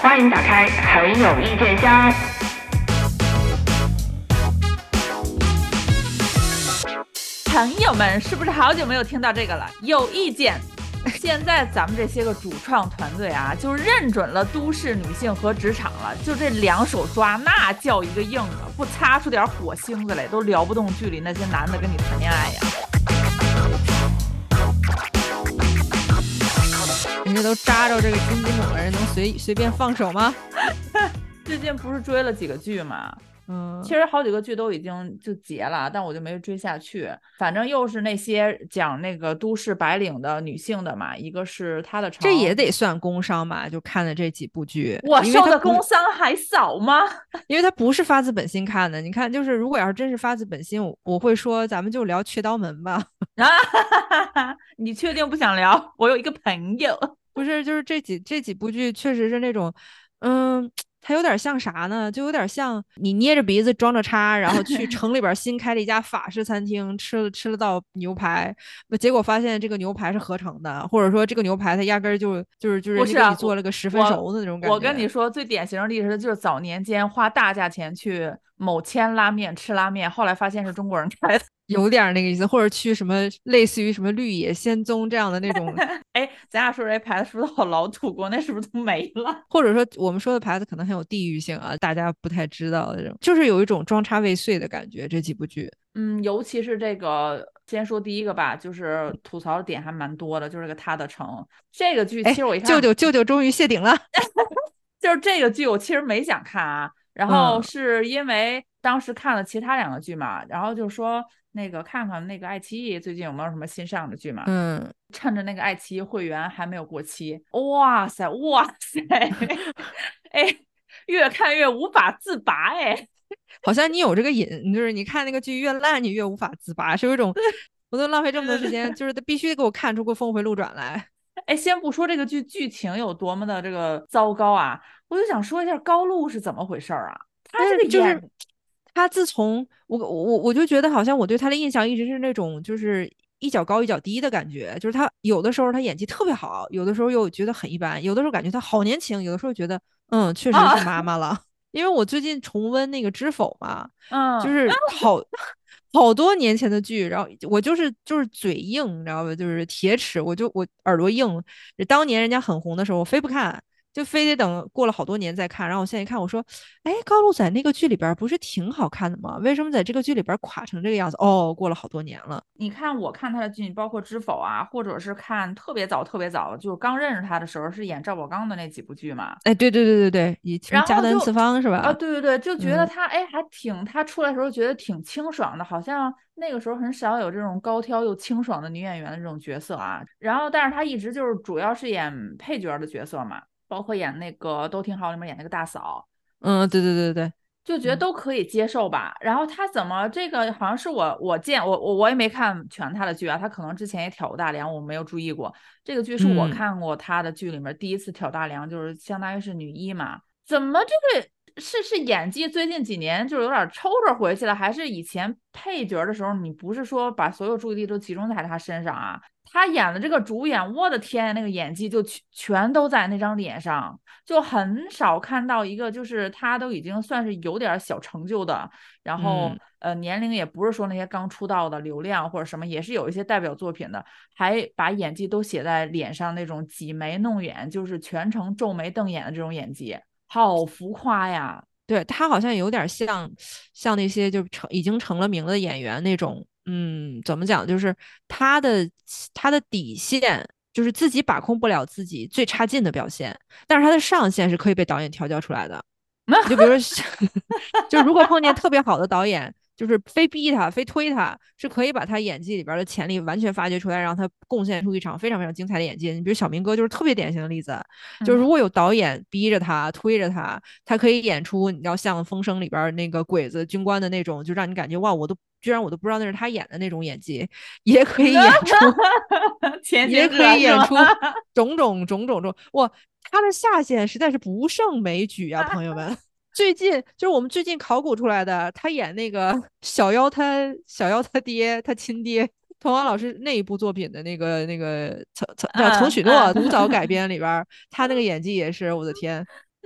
欢迎打开很有意见箱。 朋友们，是不是好久没有听到这个了？有意见。现在咱们这些个主创团队啊，就认准了都市女性和职场了，就这两手抓，那叫一个硬啊！不擦出点火星子来，都撩不动剧里那些男的跟你谈恋爱呀。 人家都扎着这个金鸡母了，人能随便放手吗？ 最近不是追了几个剧吗？其实好几个剧都已经就结了，但我就没追下去。反正又是那些讲那个都市白领的女性的嘛，一个是她的这也得算工伤吧？就看了这几部剧， 我受的工伤还少吗？ 因为他不是发自本心看的。你看，就是如果要是真是发自本心，我会说咱们就聊缺刀门吧。 你确定不想聊？我有一个朋友， 不是，就是这几部剧确实是那种，它有点像啥呢？就有点像你捏着鼻子装着叉，然后去城里边新开了一家法式餐厅，吃了道牛排，结果发现这个牛排是合成的，或者说这个牛排它压根儿就是人家给你做了个10分熟的那种感觉。 我跟你说，最典型的例子就是早年间花大价钱去某千拉面吃拉面，后来发现是中国人开的。 有点那个意思，或者去什么类似于什么绿野仙踪这样的那种。 哎，咱俩说这牌子是不是好老土？国内是不是都没了？ 或者说我们说的牌子可能很有地域性啊，大家不太知道的这种，就是有一种装叉未遂的感觉。这几部剧， 尤其是这个，先说第一个吧，就是吐槽的点还蛮多的，就是这个他的城这个剧，其实我一看， 舅舅终于谢顶了。 就是这个剧我其实没想看啊，然后是因为当时看了其他两个剧嘛，然后就说那个看看那个爱奇艺最近有没有什么新上的剧嘛，趁着那个爱奇艺会员还没有过期，哇塞，哎，越看越无法自拔哎。 好像你有这个瘾，就是你看那个剧越烂你越无法自拔，是有一种我都浪费这么多时间，就是他必须得给我看出个峰回路转来。 哎，先不说这个剧情有多么的这个糟糕啊，我就想说一下高露是怎么回事啊？他这个就是他自从我就觉得好像我对他的印象一直是那种就是一脚高一脚低的感觉，就是他有的时候他演技特别好，有的时候又觉得很一般，有的时候感觉他好年轻，有的时候觉得确实是妈妈了。因为我最近重温那个《知否》嘛，就是好多年前的剧，然后我就是嘴硬，你知道吧？就是铁齿，我耳朵硬。当年人家很红的时候，我非不看，就非得等过了好多年再看。然后我现在一看，我说，哎，高露在那个剧里边不是挺好看的吗？为什么在这个剧里边垮成这个样子？哦，过了好多年了。 你看，我看他的剧，包括《知否》啊，或者是看特别早、特别早，就是刚认识他的时候，是演赵宝刚的那几部剧嘛。 哎，对，以前加丹次方是吧？ 对，就觉得他他出来的时候觉得挺清爽的，好像那个时候很少有这种高挑又清爽的女演员的这种角色啊。然后，但是他一直就是主要是演配角的角色嘛，包括演那个《都挺好》里面演那个大嫂。 对， 就觉得都可以接受吧。然后他怎么这个好像是我也没看全他的剧啊，他可能之前也挑过大梁，我没有注意过。这个剧是我看过他的剧里面第一次挑大梁，就是相当于是女一嘛。怎么这个是演技最近几年就是有点抽着回去了，还是以前配角的时候你不是说把所有注意力都集中在他身上啊？他演的这个主演，我的天，那个演技就全都在那张脸上，就很少看到一个就是他都已经算是有点小成就的，然后年龄也不是说那些刚出道的流量或者什么，也是有一些代表作品的，还把演技都写在脸上，那种挤眉弄眼，就是全程皱眉瞪眼的这种演技，好浮夸呀。 对，他好像有点像那些就已经成了名的演员那种。怎么讲？就是他的底线，就是自己把控不了自己最差劲的表现，但是他的上限是可以被导演调教出来的。就比如说，就如果碰见特别好的导演，就是非逼他，非推他，是可以把他演技里边的潜力完全发掘出来，让他贡献出一场非常非常精彩的演技。你比如小明哥就是特别典型的例子，就是如果有导演逼着他、推着他，他可以演出你要像《风声》里边那个鬼子军官的那种，就让你感觉哇，居然我都不知道那是他演的那种演技，也可以演出，也可以演出种哇，他的下限实在是不胜枚举啊，朋友们。最近就是我们最近考古出来的，他演那个小妖他爹他亲爹，童话老师那一部作品的那个叫曾许诺古早改编里边，他那个演技也是我的天。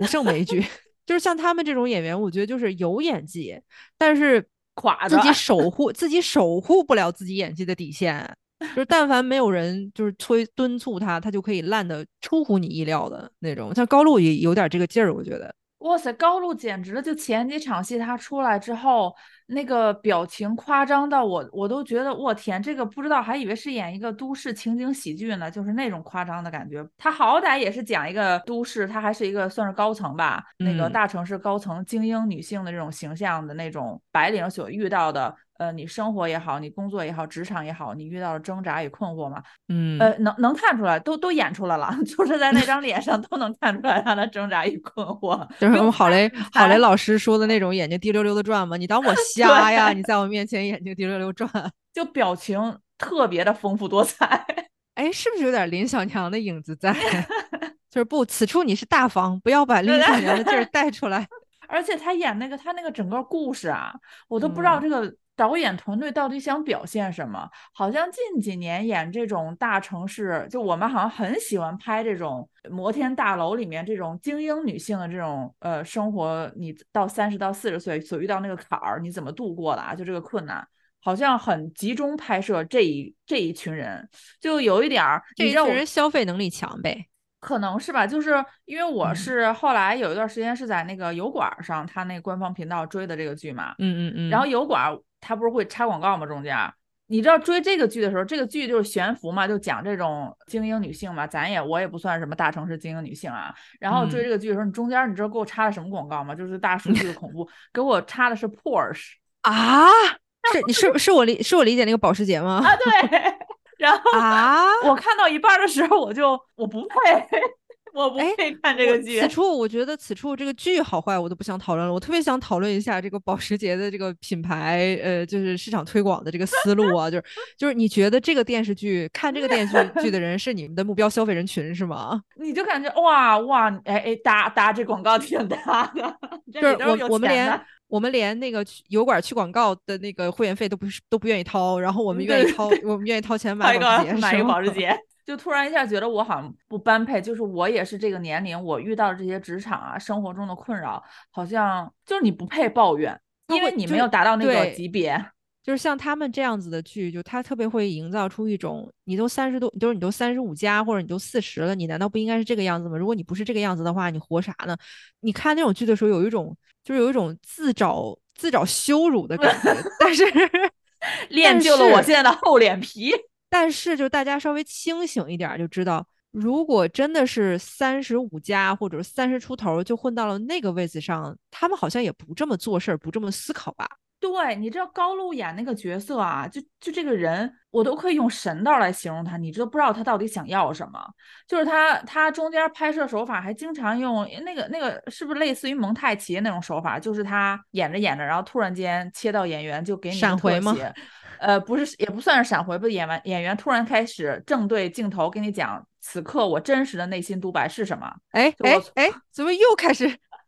不胜枚举。就是像他们这种演员，我觉得就是有演技，但是自己守护不了自己演技的底线。就是但凡没有人就是敦促他，他就可以烂的出乎你意料的那种。像高露也有点这个劲儿，我觉得。 哇塞，高露简直了！就前几场戏他出来之后，那个表情夸张到我都觉得，我天，这个不知道还以为是演一个都市情景喜剧呢，就是那种夸张的感觉。他好歹也是讲一个都市，他还是一个算是高层吧，那个大城市高层精英女性的这种形象的那种白领所遇到的。你生活也好，你工作也好，职场也好，你遇到的挣扎与困惑嘛，能看出来，都演出来了，就是在那张脸上都能看出来他的挣扎与困惑。 就是我们郝雷老师说的那种眼睛滴溜溜的转嘛，你当我瞎呀？你在我面前眼睛滴溜溜转， 就表情特别的丰富多彩。 哎，是不是有点林小娘的影子在？就是不，此处你是大方，不要把林小娘的劲儿带出来。 而且他演他那个整个故事啊，我都不知道这个导演团队到底想表现什么。好像近几年演这种大城市，就我们好像很喜欢拍这种摩天大楼里面这种精英女性的这种生活，你到30到40岁所遇到那个坎儿，你怎么度过的啊？就这个困难。好像很集中拍摄这一群人，就有一点儿， 这一群人消费能力强呗。 可能是吧，就是因为我是后来有一段时间是在那个油管上，他那个官方频道追的这个剧嘛，然后油管他不是会插广告吗？中间你知道追这个剧的时候，这个剧就是悬浮嘛，就讲这种精英女性嘛，我也不算什么大城市精英女性啊。然后追这个剧的时候，你中间你知道给我插的什么广告吗？就是大数据的恐怖，给我插的是 Porsche 啊，是我理解那个保时捷吗？ 啊，对。然后我看到一半的时候，我不配，我不配看这个剧。 我觉得此处这个剧好坏我都不想讨论了，我特别想讨论一下这个保时捷的这个品牌，就是市场推广的这个思路啊，就是你觉得这个电视剧看这个电视剧的人是你们的目标消费人群是吗？ 你就感觉哇，搭这广告挺大的， 就是我们连那个油管去广告的那个会员费都不愿意掏，然后我们愿意掏钱买保时捷， 买一个保时捷。就突然一下觉得我好像不般配，就是我也是这个年龄，我遇到的这些职场啊生活中的困扰，好像就是你不配抱怨，因为你没有达到那个级别。 就是像他们这样子的剧，就他特别会营造出一种你都30多，就是你都35加或者你都40了，你难道不应该是这个样子吗？如果你不是这个样子的话，你活啥呢？你看那种剧的时候，有一种自找羞辱的感觉，但是练就了我现在的厚脸皮。 但是就大家稍微清醒一点就知道，如果真的是35加或者30出头就混到了那个位置上，他们好像也不这么做事，不这么思考吧。 对，你知道高露演那个角色啊，就这个人，我都可以用神道来形容他。你知道不知道他到底想要什么？就是他中间拍摄手法还经常用那个是不是类似于蒙太奇那种手法？就是他演着演着，然后突然间切到演员就给你闪回吗？ 不是，也不算是闪回，不是演员突然开始正对镜头跟你讲，此刻我真实的内心独白是什么？ 哎，怎么又开始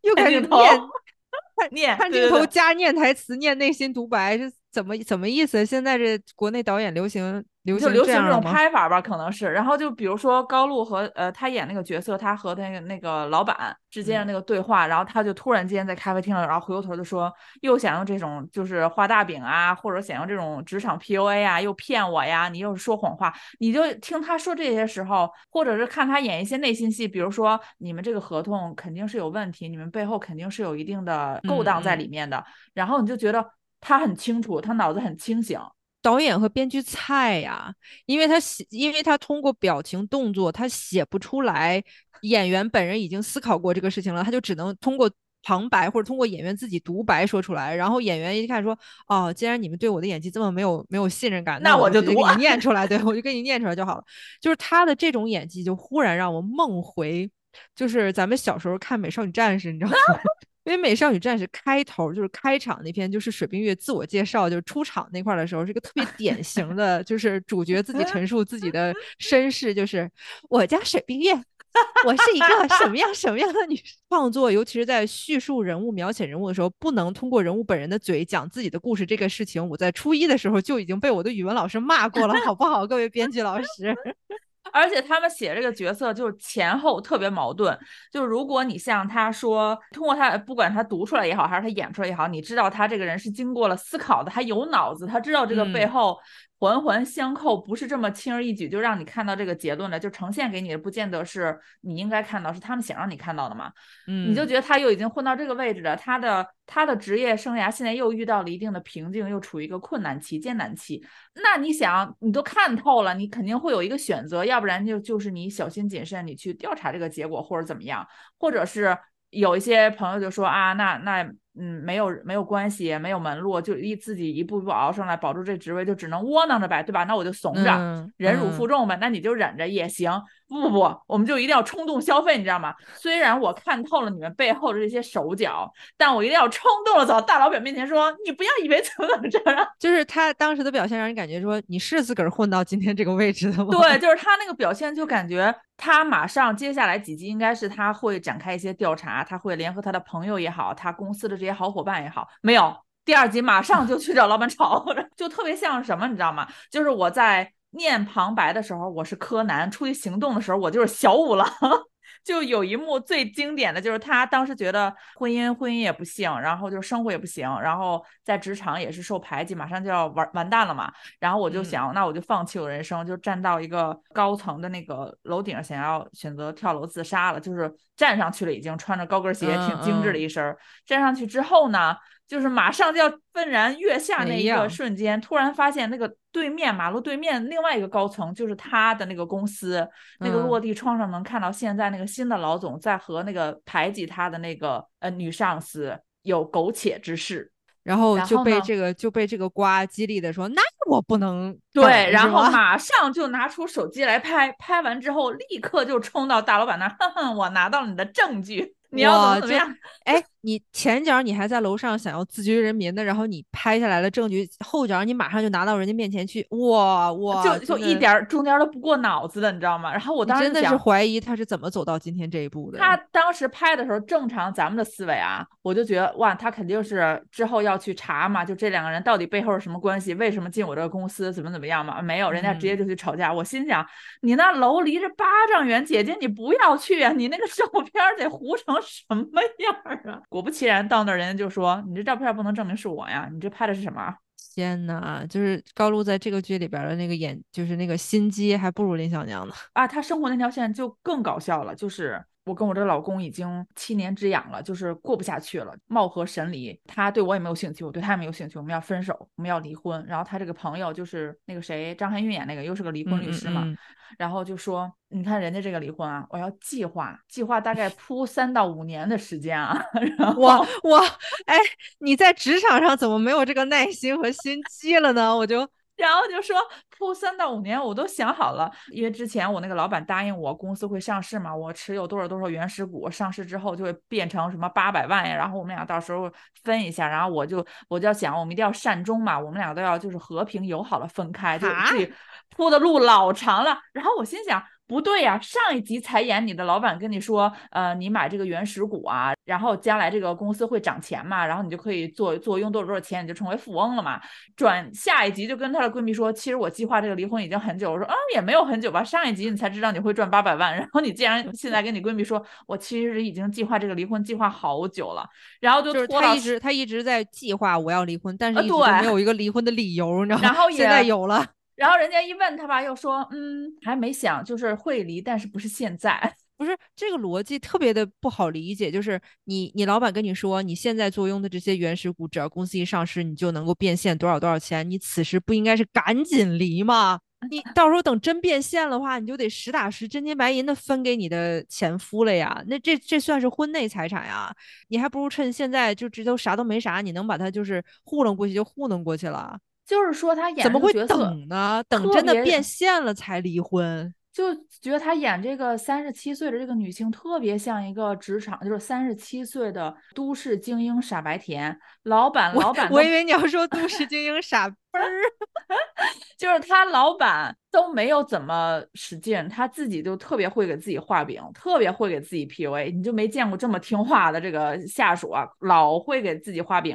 念看镜头加念台词，念内心独白，是怎么意思？现在这国内导演流行这种拍法吧，可能是。然后就比如说高露和他演那个角色，他和那个老板之间的那个对话，然后他就突然间在咖啡厅了，然后回过头就说，又想用这种就是画大饼啊，或者想用这种职场 PUA 啊，又骗我呀，你又是说谎话，你就听他说这些时候，或者是看他演一些内心戏，比如说你们这个合同肯定是有问题，你们背后肯定是有一定的勾当在里面的，然后你就觉得他很清楚，他脑子很清醒。 导演和编剧菜呀，因为他通过表情动作，他写不出来演员本人已经思考过这个事情了，他就只能通过旁白或者通过演员自己独白说出来。然后演员一看说：“哦，既然你们对我的演技这么没有信任感，那我就给你念出来，对我就给你念出来就好了。”就是他的这种演技，就忽然让我梦回，就是咱们小时候看《美少女战士》，你知道吗？因为《美少女战士》开头就是开场那篇，就是水冰月自我介绍，就是出场那块的时候，是一个特别典型的，就是主角自己陈述自己的身世，就是我叫水冰月，我是一个什么样的女创作，尤其是在叙述人物、描写人物的时候，不能通过人物本人的嘴讲自己的故事。这个事情，我在初一的时候就已经被我的语文老师骂过了，好不好，各位编剧老师？ 而且他们写这个角色就是前后特别矛盾，就如果你像他说，通过他不管他读出来也好，还是他演出来也好，你知道他这个人是经过了思考的，他有脑子，他知道这个背后环环相扣，不是这么轻而易举就让你看到这个结论的，就呈现给你的不见得是你应该看到，是他们想让你看到的嘛。你就觉得他又已经混到这个位置了，他的职业生涯现在又遇到了一定的瓶颈，又处于一个困难期、艰难期。那你想，你都看透了，你肯定会有一个选择，要不然就是你小心谨慎，你去调查这个结果，或者怎么样，或者是有一些朋友就说啊，那没有关系，没有门路，就自己一步步熬上来，保住这职位，就只能窝囊着呗，对吧？那我就怂着，忍辱负重呗，那你就忍着也行。不，我们就一定要冲动消费，你知道吗？虽然我看透了你们背后的这些手脚，但我一定要冲动了，走到大老板面前说，你不要以为怎么着啊。 就是他当时的表现让人感觉说，你是自个儿混到今天这个位置的吗？ 对，就是他那个表现，就感觉他马上接下来几集应该是他会展开一些调查，他会联合他的朋友也好，他公司的这些好伙伴也好，没有，第2集马上就去找老板吵，就特别像什么，你知道吗？就是我在念旁白的时候我是柯南，出去行动的时候我就是小五郎。就有一幕最经典的就是他当时觉得婚姻也不行，然后就生活也不行，然后在职场也是受排挤，马上就要完蛋了嘛。然后我就想，那我就放弃我人生，就站到一个高层的那个楼顶，想要选择跳楼自杀了，就是站上去了，已经穿着高跟鞋，挺精致的一身。站上去之后呢，就是马上就要愤然跃下那一个瞬间，突然发现那个马路对面另外一个高层就是他的那个公司，那个落地窗上能看到现在那个新的老总在和那个排挤他的那个女上司有苟且之事。 然后就被这个瓜激励的说，那我不能对，然后马上就拿出手机来拍，拍完之后立刻就冲到大老板那，哼哼，我拿到了你的证据，你要怎么样？ 哎，你前脚你还在楼上想要自居人民的，然后你拍下来了证据，后脚你马上就拿到人家面前去，哇， 就一点中间都不过脑子的，你知道吗？然后我当时真的是怀疑他是怎么走到今天这一步的。 他当时拍的时候，正常咱们的思维啊，我就觉得哇，他肯定是之后要去查嘛，就这2个人到底背后是什么关系，为什么进我这个公司，怎么样嘛？没有，人家直接就去吵架。我心想，你那楼离着8丈远，姐姐你不要去啊，你那个照片得糊成什么样啊？果不其然，到那儿人家就说，你这照片不能证明是我呀，你这拍的是什么？ 天哪，就是高露在这个剧里边的那个就是那个心机还不如林小娘呢。 啊，他生活那条线就更搞笑了，就是我跟我这个老公已经7年之痒了，就是过不下去了，貌合神离，他对我也没有兴趣，我对他也没有兴趣，我们要分手，我们要离婚。然后他这个朋友就是那个谁，张含韵演那个，又是个离婚律师嘛，然后就说，你看人家这个离婚啊，我要计划大概铺3到5年的时间啊。然后哎，你在职场上怎么没有这个耐心和心机了呢？ 然后就说铺3到5年，我都想好了，因为之前我那个老板答应我公司会上市嘛，我持有多少原始股，上市之后就会变成什么800万呀，然后我们俩到时候分一下，然后我就要想，我们一定要善终嘛，我们俩都要就是和平友好的分开，就自己铺的路老长了。然后我心想，不对呀，上一集才演你的老板跟你说，你买这个原始股啊，然后将来这个公司会涨钱嘛，然后你就可以用多少钱，你就成为富翁了嘛。转下一集就跟她的闺蜜说，其实我计划这个离婚已经很久。我说，也没有很久吧，上一集你才知道你会赚800万，然后你竟然现在跟你闺蜜说，我其实已经计划这个离婚计划好久了，然后就是他一直在计划我要离婚，但是一直都没有一个离婚的理由，你知道吗？ 然后现在有了。 然后人家一问他吧，又说还没想，就是会离，但是不是现在。 不是，这个逻辑特别的不好理解，就是你老板跟你说，你现在坐拥的这些原始股，只要公司一上市，你就能够变现多少钱，你此时不应该是赶紧离吗？你到时候等真变现的话，你就得实打实真金白银的分给你的前夫了呀，那这算是婚内财产呀，你还不如趁现在就这都啥都没啥，你能把它就是糊弄过去就糊弄过去了。 就是说他演怎么会这个角色等呢？等真的变现了才离婚。 就觉得她演这个37岁的这个女性特别像一个职场，就是37岁的都市精英傻白甜。老板我以为你要说都市精英傻逼儿。 就是他老板都没有怎么使劲，他自己就特别会给自己画饼，特别会给自己 PUA。你就没见过这么听话的这个下属啊，老会给自己画饼了。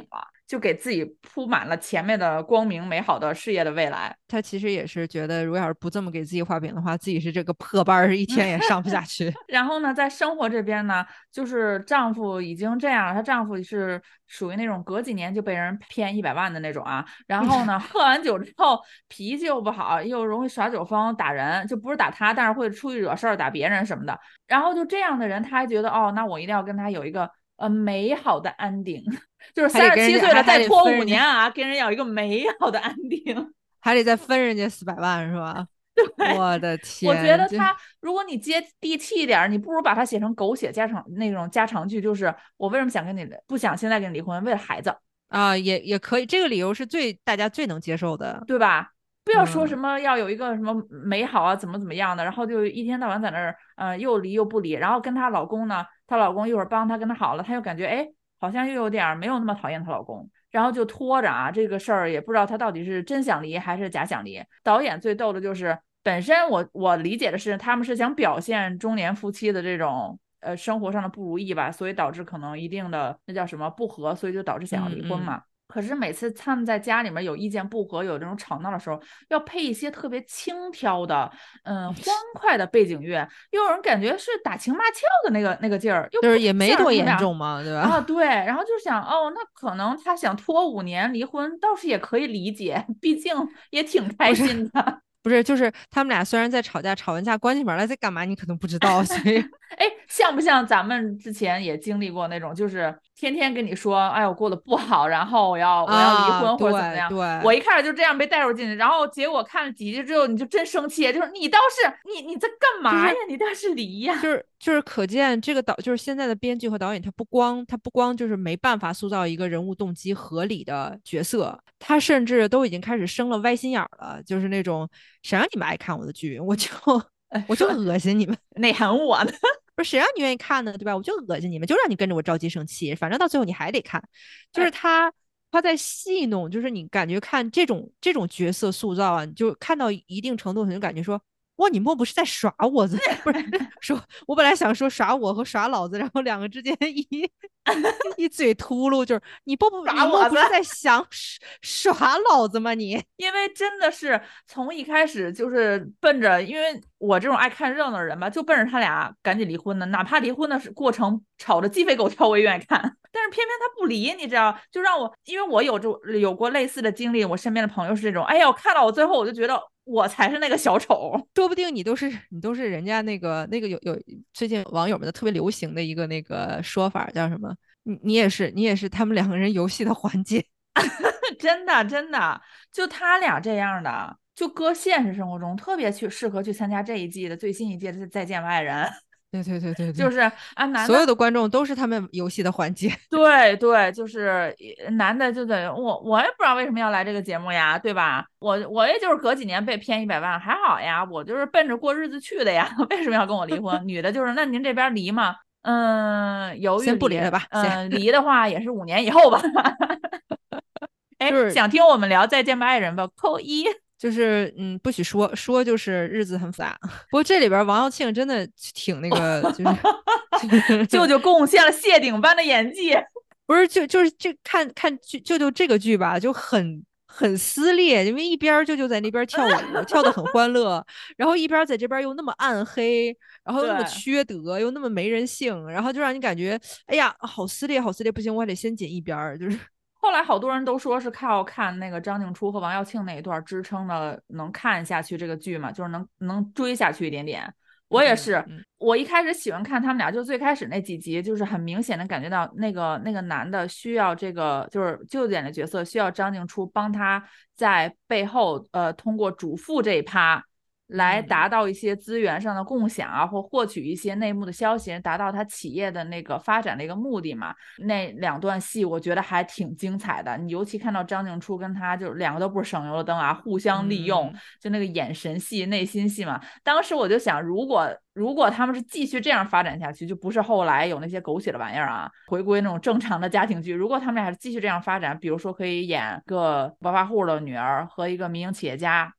就给自己铺满了前面的光明美好的事业的未来。 他其实也是觉得，如果要是不这么给自己画饼的话，自己是这个破班儿，一天也上不下去。 然后呢，在生活这边呢，就是丈夫已经这样了，她丈夫是属于那种隔几年就被人骗100万的那种啊。然后呢，喝完酒之后脾气又不好，又容易耍酒疯打人，就不是打他，但是会出去惹事儿打别人什么的。然后就这样的人，他还觉得哦，那我一定要跟他有一个美好的 ending，就是37岁了再拖5年啊，跟人有一个美好的 ending。 还得再分人家400万是吧？ 对， 我的天！ 我觉得他，如果你接地气一点，你不如把它写成狗血那种家常剧，就是我为什么想跟你不想现在跟你离婚，为了孩子啊，也可以，这个理由是大家最能接受的， 对吧？不要说什么要有一个什么美好啊，怎么样的，然后就一天到晚在那儿，又离又不离，然后跟她老公呢，她老公一会儿帮她跟她好了，她又感觉哎，好像又有点没有那么讨厌她老公。然后就拖着啊，这个事儿也不知道他到底是真想离还是假想离。导演最逗的就是，本身我理解的是，他们是想表现中年夫妻的这种生活上的不如意吧，所以导致可能一定的那叫什么不和，所以就导致想要离婚嘛。可是每次他们在家里面有意见不合，有这种吵闹的时候，要配一些特别轻佻的，欢快的背景乐，又有人感觉是打情骂俏的那个劲儿，又就是也没多严重嘛，对吧？ 啊，对，然后就想，哦，那可能他想拖5年离婚，倒是也可以理解，毕竟也挺开心的。 不是，就是他们俩虽然在吵架，吵完架关起门来在干嘛，你可能不知道，所以， 哎，像不像咱们之前也经历过那种，就是天天跟你说，哎，我过得不好，然后我要离婚或者怎么样？ 对， 我一开始就这样被带入进去，然后结果看了几集之后，你就真生气，就是你倒是你在干嘛呀？你倒是离呀！ 就是可见这个就是现在的编剧和导演，他不光就是没办法塑造一个人物动机合理的角色，他甚至都已经开始生了歪心眼了，就是那种谁让你们爱看我的剧，我就恶心你们， 内涵我呢。 不是谁让你愿意看呢，对吧？我就恶心你们，就让你跟着我着急生气，反正到最后你还得看。就是他在戏弄，就是你感觉看这种角色塑造啊，就看到一定程度，你就感觉说，哇，你莫不是在耍我？不是说，我本来想说耍我和耍老子，然后两个之间一嘴秃噜，就是你莫不是在想耍老子吗？你因为真的是从一开始就是奔着，因为我这种爱看热闹的人吧，就奔着他俩赶紧离婚的，哪怕离婚的过程吵得鸡飞狗跳，我也愿意看。但是偏偏他不离，你知道，就让我，因为我有过类似的经历，我身边的朋友是这种，哎呀，我看到我最后我就觉得我才是那个小丑， 说不定你都是人家那个有最近网友们的特别流行的一个那个说法叫什么？你也是他们两个人游戏的环节。 真的，就他俩这样的，就搁现实生活中特别适合去参加这一季的最新一届的《再见吧，爱人》。 对， 就是啊，男的所有的观众都是他们游戏的环节。 对，就是男的就得我也不知道为什么要来这个节目呀，对吧？我也就是隔几年被骗100万，还好呀，我就是奔着过日子去的呀，为什么要跟我离婚？女的就是那您这边离吗？犹豫先不离了吧， 离的话也是5年以后吧。哎，想听我们聊再见吧爱人吧，扣1。 就是不许说就是日子很复杂。不过这里边王耀庆真的挺那个，就是舅舅贡献了谢顶般的演技。 不是就是这看舅舅这个剧吧，就很撕裂，因为一边舅舅在那边跳舞跳得很欢乐，然后一边在这边又那么暗黑，然后又那么缺德，又那么没人性，然后就让你感觉哎呀好撕裂，不行，我还得先紧一边，就是。 后来好多人都说是靠看那个张静初和王耀庆那一段支撑的，能看下去这个剧嘛，就是能追下去一点点。我也是，我一开始喜欢看他们俩，就最开始那几集，就是很明显的感觉到那个男的需要这个，就是舅舅演的角色需要张静初帮他在背后通过主妇这一趴来达到一些资源上的共享啊，或获取一些内幕的消息，达到他企业的那个发展的一个目的嘛。那2段戏我觉得还挺精彩的，你尤其看到张静初跟他就2个都不是省油的灯啊，互相利用，就那个眼神戏、内心戏嘛。当时我就想，如果他们是继续这样发展下去，就不是后来有那些狗血的玩意儿啊，回归那种正常的家庭剧。如果他们俩是继续这样发展，比如说可以演个暴发户的女儿和一个民营企业家，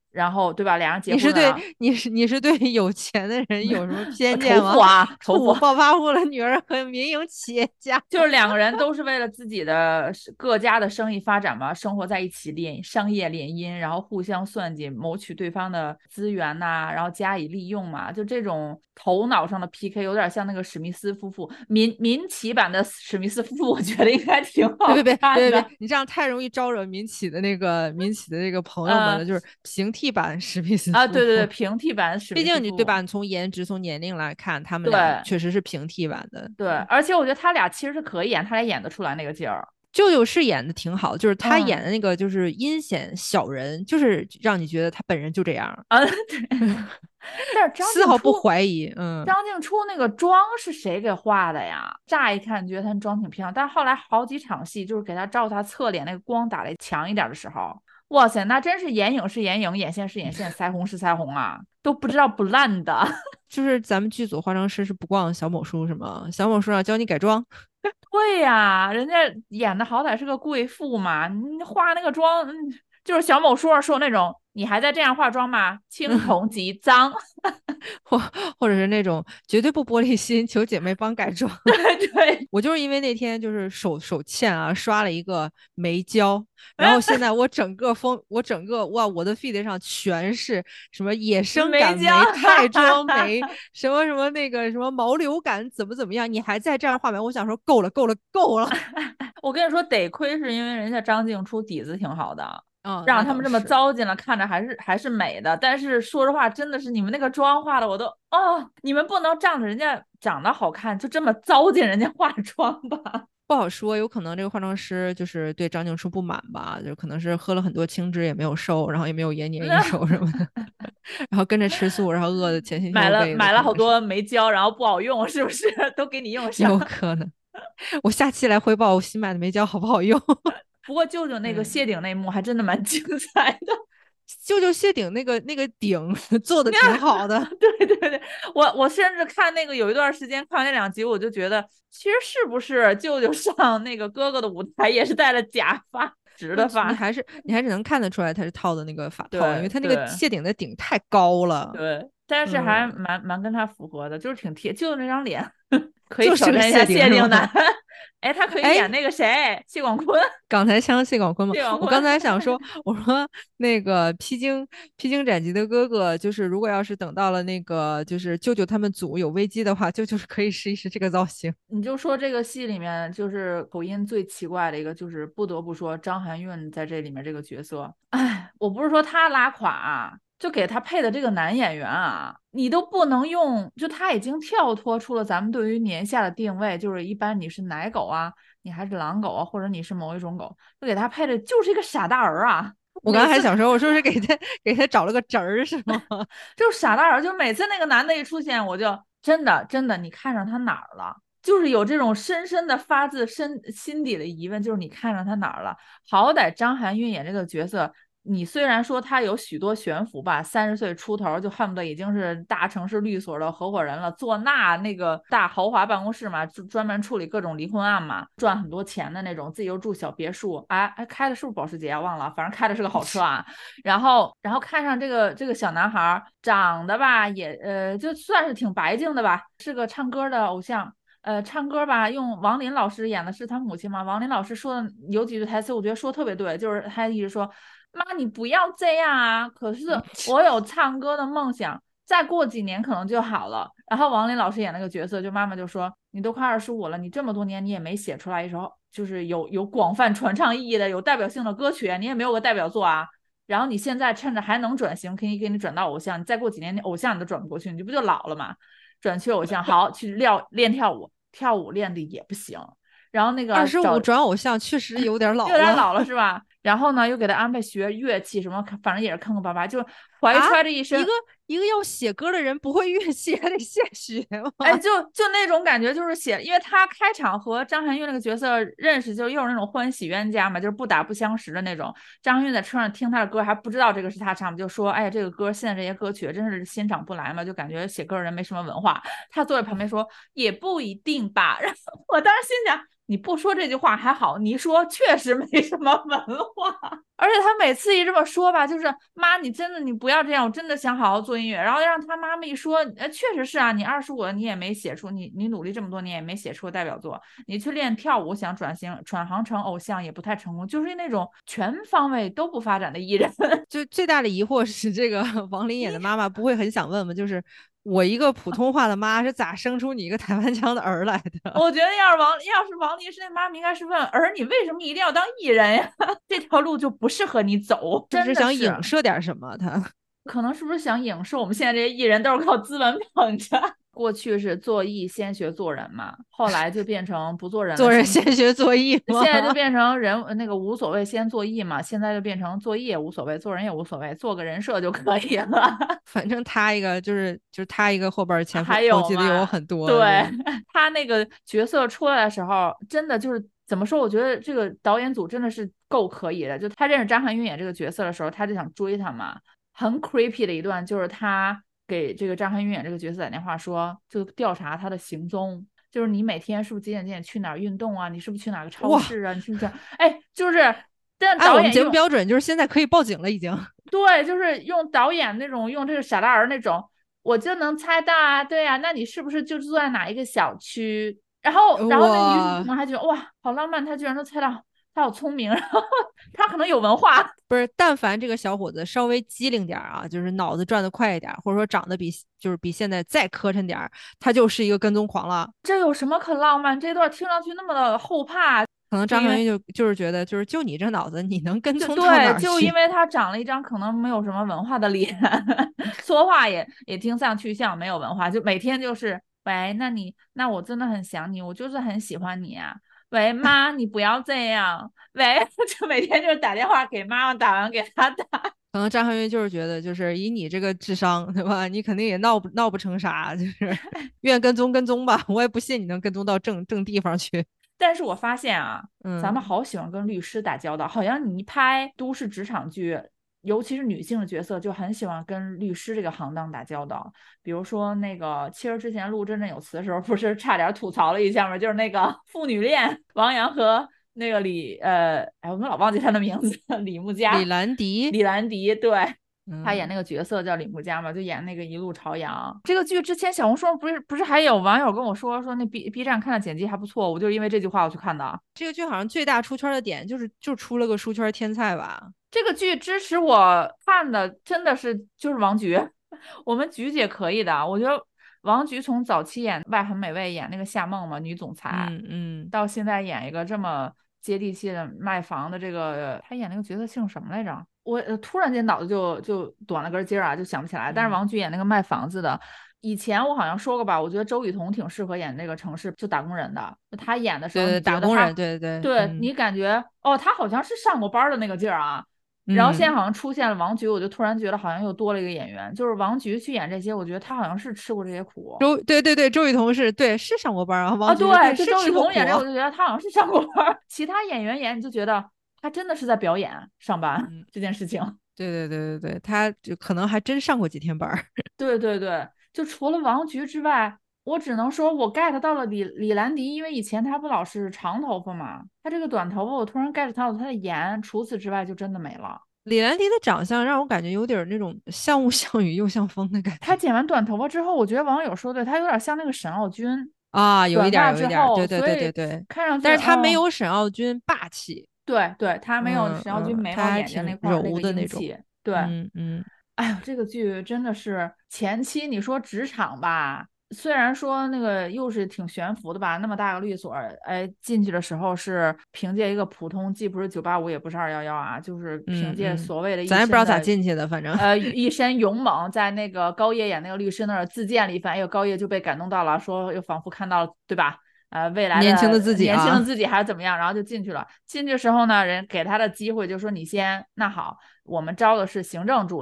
然后对吧？俩人结你是对婚了， 你是对有钱的人有什么偏见吗？ 仇富啊，仇富。 土暴发户的女儿和民营企业家， 就是两个人都是为了自己的各家的生意发展嘛，生活在一起商业联姻，然后互相算计，谋取对方的资源呐、然后加以利用嘛，就这种头脑上的 PK，有点像那个史密斯夫妇，民企版的史密斯夫妇，我觉得应该挺好看的。 别，你这样太容易招惹民企的这个朋友们了，就是平替版史密斯夫妇。 对对对，平替版史毕密斯夫妇， 竟你对吧？你从颜值、从年龄来看，他们俩对确实是平替版的。 对，而且我觉得他俩其实是可以演，他俩演得出来那个劲儿。 舅舅是演的挺好，就是他演嗯的那个就是阴险小人，就是让你觉得他本人就这样， 对，但是丝毫不怀疑。 张静初那个妆是谁给画的呀？乍一看觉得她妆挺漂亮，但是后来好几场戏就是给她照她侧脸那个光打得强一点的时候，哇塞，那真是眼影是眼影，眼线是眼线，腮红是腮红啊，都不知道不烂的。 就是咱们剧组化妆师是不逛小某书是吗？小某书要教你改妆。 对呀，人家演的好歹是个贵妇嘛，你化那个妆，就是小某书上说那种，你还在这样化妆吗？青铜级脏。 或或者是那种绝对不玻璃心，求姐妹帮改妆。 对对， 我就是因为那天就是手欠啊，刷了一个眉胶，然后现在我整个哇，我的 feed 上全是什么野生感眉、 没胶泰妆眉，什么什么那个什么毛流感，怎么样？你还在这样画眉？我想说够了，够了，够了。 我跟你说，得亏是因为人家张静初底子挺好的， 那让他们这么倒是。 糟践了，看着还是美的。但是说实话，真的是你们那个妆化的，我都你们不能仗着人家长得好看就这么糟践人家化妆吧？ 不好说，有可能这个化妆师就是对张静初不满吧，就可能是喝了很多青汁也没有瘦，然后也没有延年益寿什么的，然后跟着吃素，然后饿的前心买后背的， 了买了好可能是多没胶，然后不好用，是不是？都给你用上。 有可能。我下期来汇报我新买的眉胶好不好用。 不过舅舅那个嗯， 谢顶那幕还真的蛮精彩的。 舅舅谢顶那个顶做的挺好的。 对对对，我甚至看那个有一段时间看那2集，我就觉得其实是不是舅舅上那个哥哥的舞台也是戴了假发、直不， 的发？ 你还是能看得出来他是套的那个发套，因为他那个对对谢顶的顶太高了。 对，但是还嗯， 蛮跟他符合的，就是挺贴，舅舅那张脸可以就是个挑战一下谢顶是谢顶男。 吗？ 哎，他可以演哎， 那个谁，谢广坤。 港台腔谢广坤嘛， 谢广坤。 我刚才想说，我说那个披荆斩棘的哥哥，就是如果要是等到了那个就是舅舅他们组有危机的话，舅舅是可以试一试这个造型。 你就说这个戏里面，就是口音最奇怪的一个，就是不得不说张含韵在这里面这个角色，哎，我不是说他拉垮啊，就给他配的这个男演员啊，你都不能用，就他已经跳脱出了咱们对于年下的定位，就是一般你是奶狗啊，你还是狼狗啊，或者你是某一种狗，就给他配的就是一个傻大儿啊。 我刚每次才还想说，我是不是给他找了个侄儿是吗？ 就傻大儿，就每次那个男的一出现，我就真的，你看上他哪儿了？就是有这种深深的发自心底的疑问，就是你看上他哪儿了？好歹张含韵演这个角色，你虽然说他有许多悬浮吧，30岁出头就恨不得已经是大城市律所的合伙人了，做那个大豪华办公室嘛，就专门处理各种离婚案嘛，赚很多钱的那种，自己又住小别墅，开的是不是保时捷啊？忘了，反正开的是个好车啊。然后看上这个小男孩，长得吧也就算是挺白净的吧，是个唱歌的偶像。唱歌吧，用王林老师演的是他母亲嘛。王林老师说的有几句台词，我觉得说特别对，就是他一直说：“妈，你不要这样啊！可是我有唱歌的梦想，再过几年可能就好了。”然后王林老师演那个角色，就妈妈就说：“你都快25了，你这么多年你也没写出来一首就是有广泛传唱意义的、有代表性的歌曲，你也没有个代表作啊。然后你现在趁着还能转型，可以给你转到偶像，你再过几年，你偶像你都转不过去，你这不就老了吗？”转去偶像，好去练跳舞，跳舞练的也不行，然后那个找 25转偶像确实有点老了。 有点老了是吧？然后呢，又给他安排学乐器什么，反正也是坑坑巴巴，就怀啊， 揣着一身。 一个要写歌的人不会乐器还得现学吗？ 哎，就那种感觉，就是因为他开场和张含韵那个角色认识，就又是那种欢喜冤家嘛，就是不打不相识的那种。张含韵在车上听他的歌，还不知道这个是他唱，就说：“哎呀，这个歌现在这些歌曲真是欣赏不来嘛，就感觉写歌的人没什么文化。”他坐在旁边说：“也不一定吧。”然后我当时心想，你不说这句话还好，你说确实没什么文话。而且他每次一这么说吧，就是妈，你真的你不要这样，我真的想好好做音乐。然后让他妈妈一说，确实是啊，你25了，你也没写出你努力这么多年也没写出代表作，你去练跳舞想转行成偶像也不太成功，就是那种全方位都不发展的艺人。 就最大的疑惑是，这个王琳演的妈妈不会很想问吗？就是我一个普通话的妈是咋生出你一个台湾腔的儿来的？ 我觉得要是王琳是那妈妈，应该是问儿你为什么一定要当艺人呀？这条路就不适合你走， 是不是想真的是影射点什么？他可能是不是想影射我们现在这些艺人都是靠资本捧着？过去是做艺先学做人嘛，后来就变成不做人了， 做人先学做艺吗？ 现在就变成人那个无所谓先做艺嘛，现在就变成做艺也无所谓，做人也无所谓，做个人设就可以了。 反正他一个就是他一个后边前还有后继的有很多。 对他那个角色出来的时候，真的就是怎么说？我觉得这个导演组真的是够可以的。就他认识张含韵演这个角色的时候，他就想追她嘛。很 creepy 的一段就是他给这个张含韵演这个角色打电话说，就调查他的行踪。就是你每天是不是几点去哪儿运动啊？你是不是去哪个超市啊？你是不是？哎，就是，但导演我们节目标准就是现在可以报警了，已经。 对，就是用导演那种用这个傻大儿那种，我就能猜到啊，对啊，那你是不是就住在哪一个小区？然后那女主可能还觉得哇，好浪漫，他居然都猜到，他好聪明，然后他可能有文化。 不是，但凡这个小伙子稍微机灵点啊，就是脑子转得快一点，或者说长得比现在再磕碜点，他就是一个跟踪狂了。 这有什么可浪漫？这段听上去那么的后怕。 可能张含韵就是觉得，就你这脑子，你能跟踪到哪儿对， 去？ 就因为他长了一张可能没有什么文化的脸，说话也听上去像没有文化，就每天就是喂，那我真的很想你，我就是很喜欢你啊。喂妈，你不要这样。喂，就每天就是打电话给妈妈，打完给他打。 可能张含韵就是觉得，就是以你这个智商，对吧？你肯定也闹不成啥，就是愿跟踪吧。我也不信你能跟踪到正地方去。 但是我发现啊，咱们好喜欢跟律师打交道，好像你一拍都市职场剧，尤其是女性的角色，就很喜欢跟律师这个行当打交道。比如说那个，其实之前录《振振有词》的时候，不是差点吐槽了一下吗？就是那个父女恋，王阳和那个我们老忘记他的名字，李木佳， 李兰迪， 对。他演那个角色叫李木佳嘛，就演那个一路朝阳。这个剧之前小红书不是还有网友跟我说那 B 站看的剪辑还不错，我就因为这句话我去看的。 这个剧好像最大出圈的点就出了个书圈天菜吧。 这个剧支持我看的真的就是王菊，我们菊姐可以的，我觉得王菊从早期演《外很美味》演那个夏梦嘛女总裁，到现在演一个这么接地气的卖房的这个，她演那个角色姓什么来着？我突然间脑子就短了根筋啊，就想不起来。但是王菊演那个卖房子的，以前我好像说过吧，我觉得周雨彤挺适合演那个城市就打工人的。她演的时候， 对打工人，对， 你感觉她好像是上过班的那个劲儿啊。然后现在好像出现了王菊，我就突然觉得好像又多了一个演员，就是王菊去演这些，我觉得她好像是吃过这些苦。 对，周雨彤是上过班啊。王菊对， 是周雨彤演这，我就就觉得她好像是上过班。其他演员演，你就觉得她真的是在表演上班这件事情。 对，他就可能还真上过几天班。 对，就除了王菊之外，我只能说我 get 到了李兰迪，因为以前她不老是长头发嘛，她这个短头发我突然 get 到了她的颜，除此之外就真的没了。 李兰迪的长相让我感觉有点那种像雾像雨又像风的感觉。 她剪完短头发之后，我觉得网友说对，她有点像那个沈傲君啊，有一点， 对，看上去， 但是她没有沈傲君霸气。 对，她没有沈傲君眉毛眼睛那块柔的那种。 对，哎呦，这个剧真的是前期你说职场吧，虽然说那个又是挺悬浮的吧，那么大个律所，哎，进去的时候是凭借一个普通，既不是985也不是211啊，就是凭借所谓的咱也不知道咋进去的，反正一身勇猛，在那个高叶演那个律师那儿自荐了一番，哎呦，高叶就被感动到了，说又仿佛看到了，对吧？未来的年轻的自己还是怎么样，然后就进去了。进去的时候呢，人给他的机会就说你先，那好，我们招的是行政助理。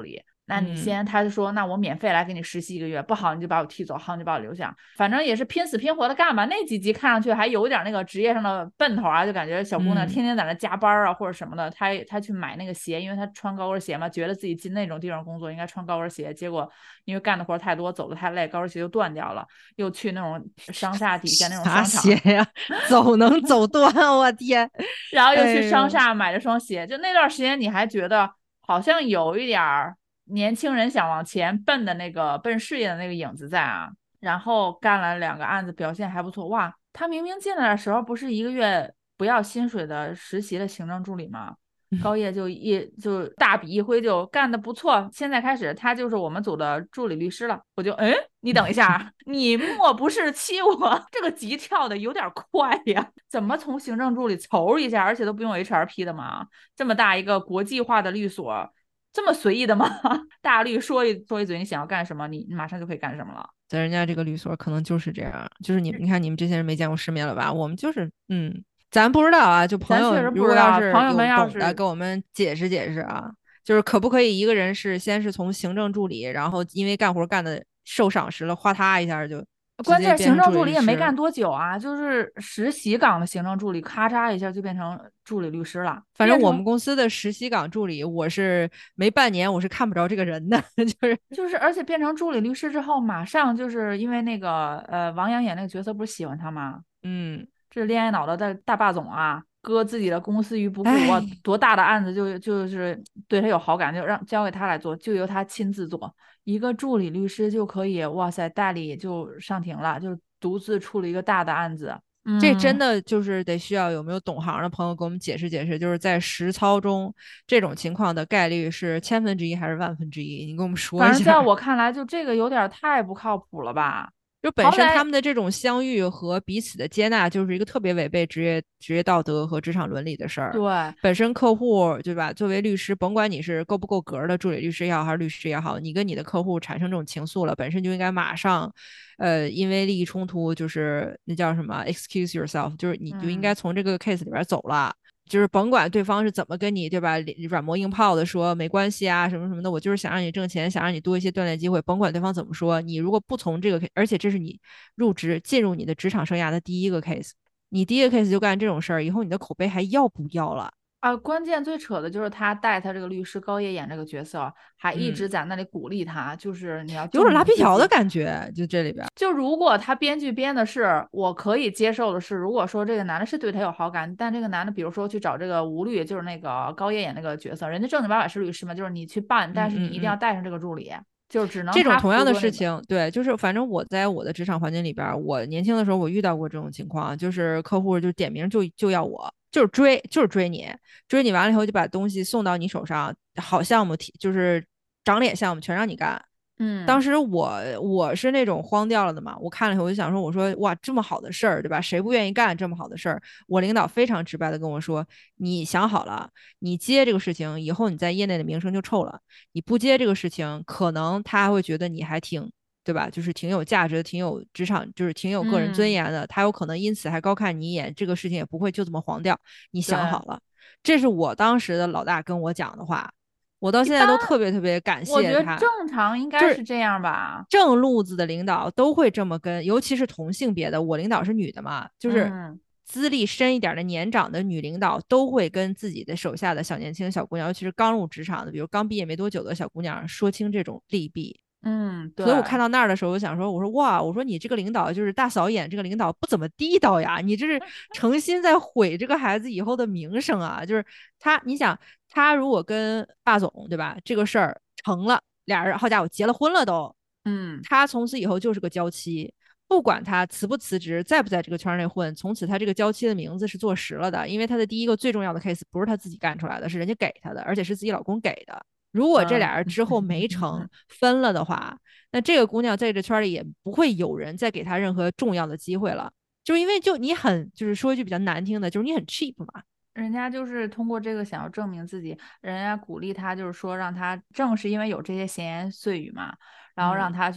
那你先，他就说，那我免费来给你实习1个月，不好你就把我踢走，好你就把我留下，反正也是拼死拼活的干吧。那几集看上去还有点那个职业上的奔头啊，就感觉小姑娘天天在那加班啊或者什么的。她去买那个鞋，因为她穿高跟鞋嘛，觉得自己进那种地方工作应该穿高跟鞋，结果因为干的活太多，走的太累，高跟鞋就断掉了，又去那种商厦底下那种商场。 啥鞋呀？走能走断，我天！ 然后又去商厦买了双鞋，就那段时间你还觉得好像有一点年轻人想往前奔的那个奔事业的那个影子在啊。然后干了2个案子，表现还不错。哇，他明明进来的时候不是1个月不要薪水的实习的行政助理吗？高叶就大笔一挥就干得不错，现在开始他就是我们组的助理律师了。我就你等一下，你莫不是欺我？这个级跳的有点快呀，怎么从行政助理嗖一下，而且都不用 HRP 的吗？这么大一个国际化的律所，这么随意的吗？大律说一嘴，你想要干什么，你马上就可以干什么了。 在人家这个律所可能就是这样，就是你看你们这些人没见过世面了吧？我们就是咱不知道啊，就朋友如果要是有懂的，给我们解释解释啊，就是可不可以一个人是先是从行政助理，然后因为干活干的受赏识了，哗嗒一下就关键行政助理也没干多久啊，就是实习岗的行政助理，咔嚓一下就变成助理律师了。 反正我们公司的实习岗助理，我是没半年，我是看不着这个人的， 而且变成助理律师之后，马上就是因为那个王阳演那个角色不是喜欢他吗？这是恋爱脑的大霸总啊，搁自己的公司于不顾，多大的案子就是对他有好感，就交给他来做，就由他亲自做。一个助理律师就可以，哇塞，代理就上庭了，就独自处理一个大的案子。 这真的就是得需要有没有懂行的朋友给我们解释解释，就是在实操中这种情况的概率是1/1000还是1/1000？你跟我们说一下。 反正在我看来，就这个有点太不靠谱了吧。 就本身他们的这种相遇和彼此的接纳，就是一个特别违背职业道德和职场伦理的事儿。 对， 本身客户对吧？作为律师，甭管你是够不够格的助理律师也好，还是律师也好，你跟你的客户产生这种情愫了，本身就应该马上，因为利益冲突，就是那叫什么 excuse yourself，就是你就应该从这个 case 里边走了。就是甭管对方是怎么跟你对吧软磨硬泡的说没关系啊什么什么的，我就是想让你挣钱，想让你多一些锻炼机会，甭管对方怎么说，你如果不从这个，而且这是你进入你的职场生涯的第一个 case， 你第一个 case 就干这种事儿，以后你的口碑还要不要了？ 关键最扯的就是他带他这个律师高叶演这个角色，还一直在那里鼓励他，就是你要有点拉皮条的感觉，就这里边。 就如果他编剧编的是我可以接受的是，如果说这个男的是对他有好感，但这个男的比如说去找这个吴律，就是那个高叶演那个角色，人家正经八百是律师嘛，就是你去办，但是你一定要带上这个助理。就是只能这种同样的事情，对，就是反正我在我的职场环境里边，我年轻的时候我遇到过这种情况，就是客户就点名就要我，就是追你完了以后就把东西送到你手上，好项目就是长脸项目全让你干。当时我是那种慌掉了的嘛，我看了以后我就想说，我说哇这么好的事儿对吧？谁不愿意干这么好的事儿？我领导非常直白的跟我说，你想好了，你接这个事情以后你在业内的名声就臭了，你不接这个事情，可能他还会觉得你还挺对吧？就是挺有价值，挺有职场，就是挺有个人尊严的，他有可能因此还高看你一眼，这个事情也不会就这么黄掉。你想好了，这是我当时的老大跟我讲的话。我到现在都特别特别感谢他。 我觉得正常应该是这样吧， 正路子的领导都会这么跟，尤其是同性别的，我领导是女的嘛，就是资历深一点的年长的女领导都会跟自己的手下的小年轻小姑娘，尤其是刚入职场的，比如刚毕业没多久的小姑娘，说清这种利弊。 对。 所以我看到那儿的时候，我想说，我说哇，我说你这个领导就是大嫂眼，这个领导不怎么地道呀，你这是诚心在毁这个孩子以后的名声啊！就是他，你想他如果跟霸总对吧，这个事儿成了，俩人好家伙结了婚了都，他从此以后就是个娇妻，不管他辞不辞职，在不在这个圈内混，从此他这个娇妻的名字是坐实了的，因为他的第一个最重要的 case 不是他自己干出来的，是人家给他的，而且是自己老公给的。如果这俩人之后没成分了的话，那这个姑娘在这圈里也不会有人再给她任何重要的机会了，就因为就你很就是说一句比较难听的，就是你很 cheap 嘛。 人家就是通过这个想要证明自己，人家鼓励他，就是说让他正是因为有这些闲言碎语嘛，然后让他去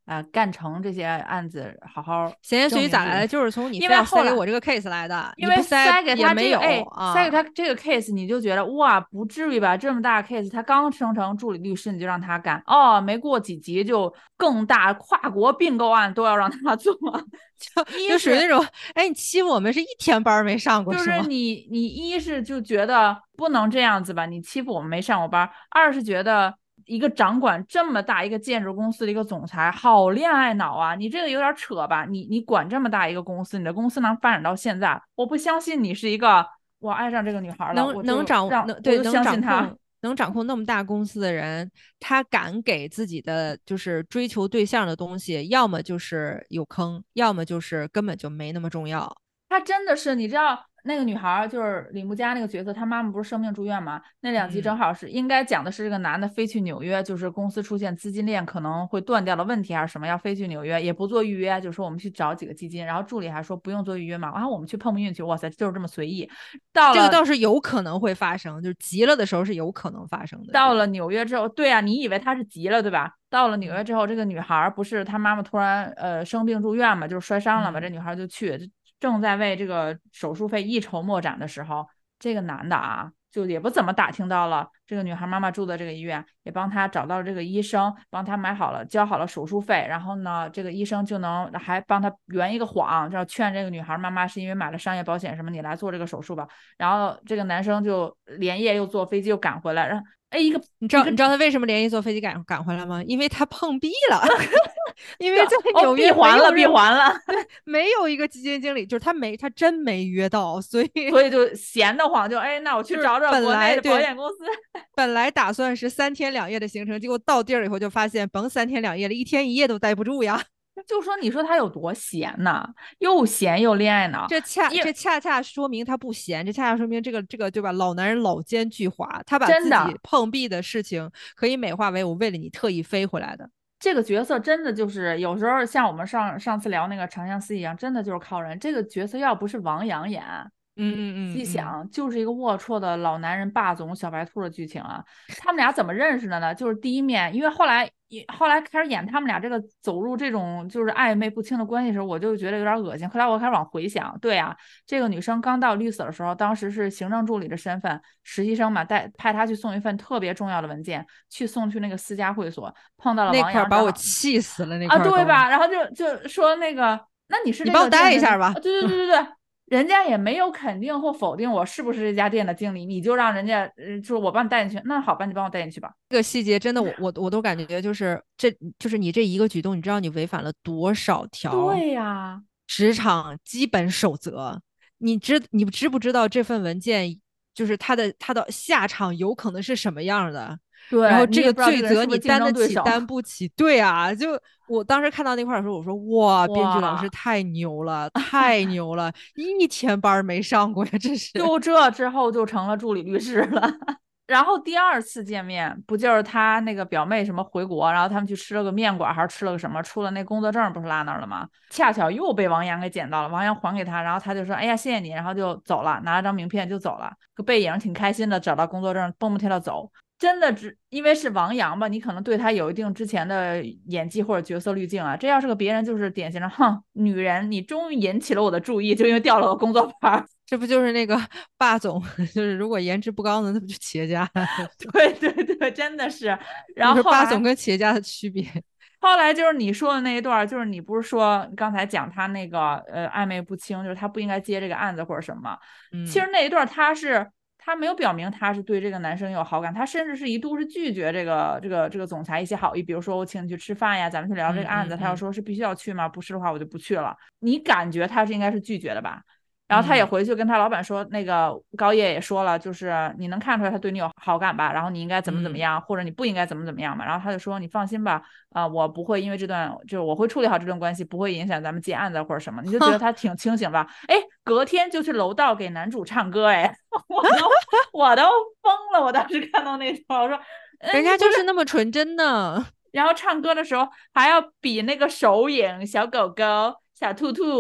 干成这些案子，好好闲言碎证明自己。 语咋来的？就是从你因非要为后来塞给我这个 case 来的， 因为你不塞给他也没有这个，哎，塞给啊？ 他这个 case，你就觉得哇，不至于吧？这么大 case，他刚升成助理律师，你就让他干哦？没过几集就更大跨国并购案都要让他做，一就属于那是种，哎，你欺负我们是一天班没上过就是是吗？ 你一是就觉得不能这样子吧，你欺负我们没上过班；二是觉得一个掌管这么大一个建筑公司的一个总裁，好恋爱脑啊！你这个有点扯吧？你管这么大一个公司，你的公司能发展到现在，我不相信你是一个我爱上这个女孩了， 能能掌能我就对能相信她。 掌控能掌控那么大公司的人，他敢给自己的就是追求对象的东西，要么就是有坑，要么就是根本就没那么重要。 她真的是，你知道那个女孩就是李木佳那个角色，她妈妈不是生病住院吗？那两集嗯正好是应该讲的是这个男的飞去纽约，就是公司出现资金链可能会断掉的问题还是什么，要飞去纽约，也不做预约，就说我们去找几个基金，然后助理还说不用做预约嘛，然后我们去碰碰运气，哇塞，就是这么随意。到这个倒了是有可能会发生，就是急了的时候是有可能发生的。这个， 到了纽约之后，对啊，你以为他是急了对吧？到了纽约之后，这个女孩不是她妈妈突然生病住院嘛，就是摔伤了嘛，这女孩就去，正在为这个手术费一筹莫展的时候，这个男的啊，就也不怎么打听到了这个女孩妈妈住的这个医院，也帮她找到了这个医生，帮她买好了交好了手术费，然后呢，这个医生就能还帮她圆一个谎，要劝这个女孩妈妈是因为买了商业保险什么，你来做这个手术吧。然后这个男生就连夜又坐飞机又赶回来，然后哎你知道他为什么连夜坐飞机赶回来吗？因为他碰壁了。因为在哦纽约闭环了闭环了， 对，没有一个基金经理，就是他真没约到，所以所以就闲得慌，就哎，那我去找找国内的保险公司。 本来打算是3天2夜的行程，结果到地儿以后就发现，甭3天2夜了，1天1夜都待不住呀。 就说你说他有多闲呐，又闲又恋爱脑， 这恰恰说明他不闲，这恰恰说明这个对吧？老男人老奸巨猾，他把自真的己碰壁的事情可以美化为我为了你特意飞回来的。 这个角色真的就是有时候像我们上次聊那个长相思一样，真的就是靠人。这个角色要不是王阳演，细想就是一个龌龊的老男人霸总小白兔的剧情啊。他们俩怎么认识的呢？就是第一面，因为后来开始演他们俩这个走入这种就是暧昧不清的关系的时候，我就觉得有点恶心。后来我开始往回想，对啊，这个女生刚到律所的时候，当时是行政助理的身份，实习生嘛，派她去送一份特别重要的文件，送去那个私家会所，碰到了那王阳， 块把我气死了，那啊， 块对吧？然后就说那个，那你是你帮我带一下吧。 对对对对对。人家也没有肯定或否定我是不是这家店的经理，你就让人家就是我帮你带进去，那好吧，你帮我带进去吧。 这个细节真的我都感觉就是你这一个举动，你知道你违反了多少条对呀， 职场基本守则？你知不知道这份文件就是它的下场有可能是什么样的？ 对， 然后这个罪责你你担得起担不起？对啊，就我当时看到那块的时候，我说哇，编剧老师太牛了，太牛了，一天班没上过呀，这是。 就这之后就成了助理律师了。然后第二次见面不就是他那个表妹什么回国，然后他们去吃了个面馆，还是吃了个什么，出了那工作证不是落那儿了吗？恰巧又被王阳给捡到了，王阳还给他，然后他就说哎呀谢谢你，然后就走了，拿了张名片就走了，个背影挺开心的，找到工作证蹦蹦跳跳走。真的因为是王阳吧，你可能对他有一定之前的演技或者角色滤镜啊。这要是个别人，就是典型的哼，女人，你终于引起了我的注意，就因为掉了个工作牌。 这不就是那个霸总？就是如果颜值不高呢，那不就企业家？ 对对对，真的是。然后霸总跟企业家的区别。 后来就是你说的那一段，就是你不是说刚才讲他那个暧昧不清，就是他不应该接这个案子或者什么。其实那一段他没有表明他是对这个男生有好感，他甚至是一度是拒绝这个总裁一些好意，比如说我请你去吃饭呀，咱们去聊这个案子，他要说是必须要去吗？不是的话我就不去了。你感觉他应该是拒绝的吧？然后他也回去跟他老板说，那个高叶也说了，就是你能看出来他对你有好感吧，然后你应该怎么样，或者你不应该怎么样嘛。然后他就说你放心吧，我不会因为就是我会处理好这段关系，不会影响咱们接案子或者什么。你就觉得他挺清醒吧？哎，隔天就去楼道给男主唱歌，哎，我都疯了。我当时看到那段，我说人家就是那么纯真的。 然后唱歌的时候还要比那个手影，小狗狗、小兔兔。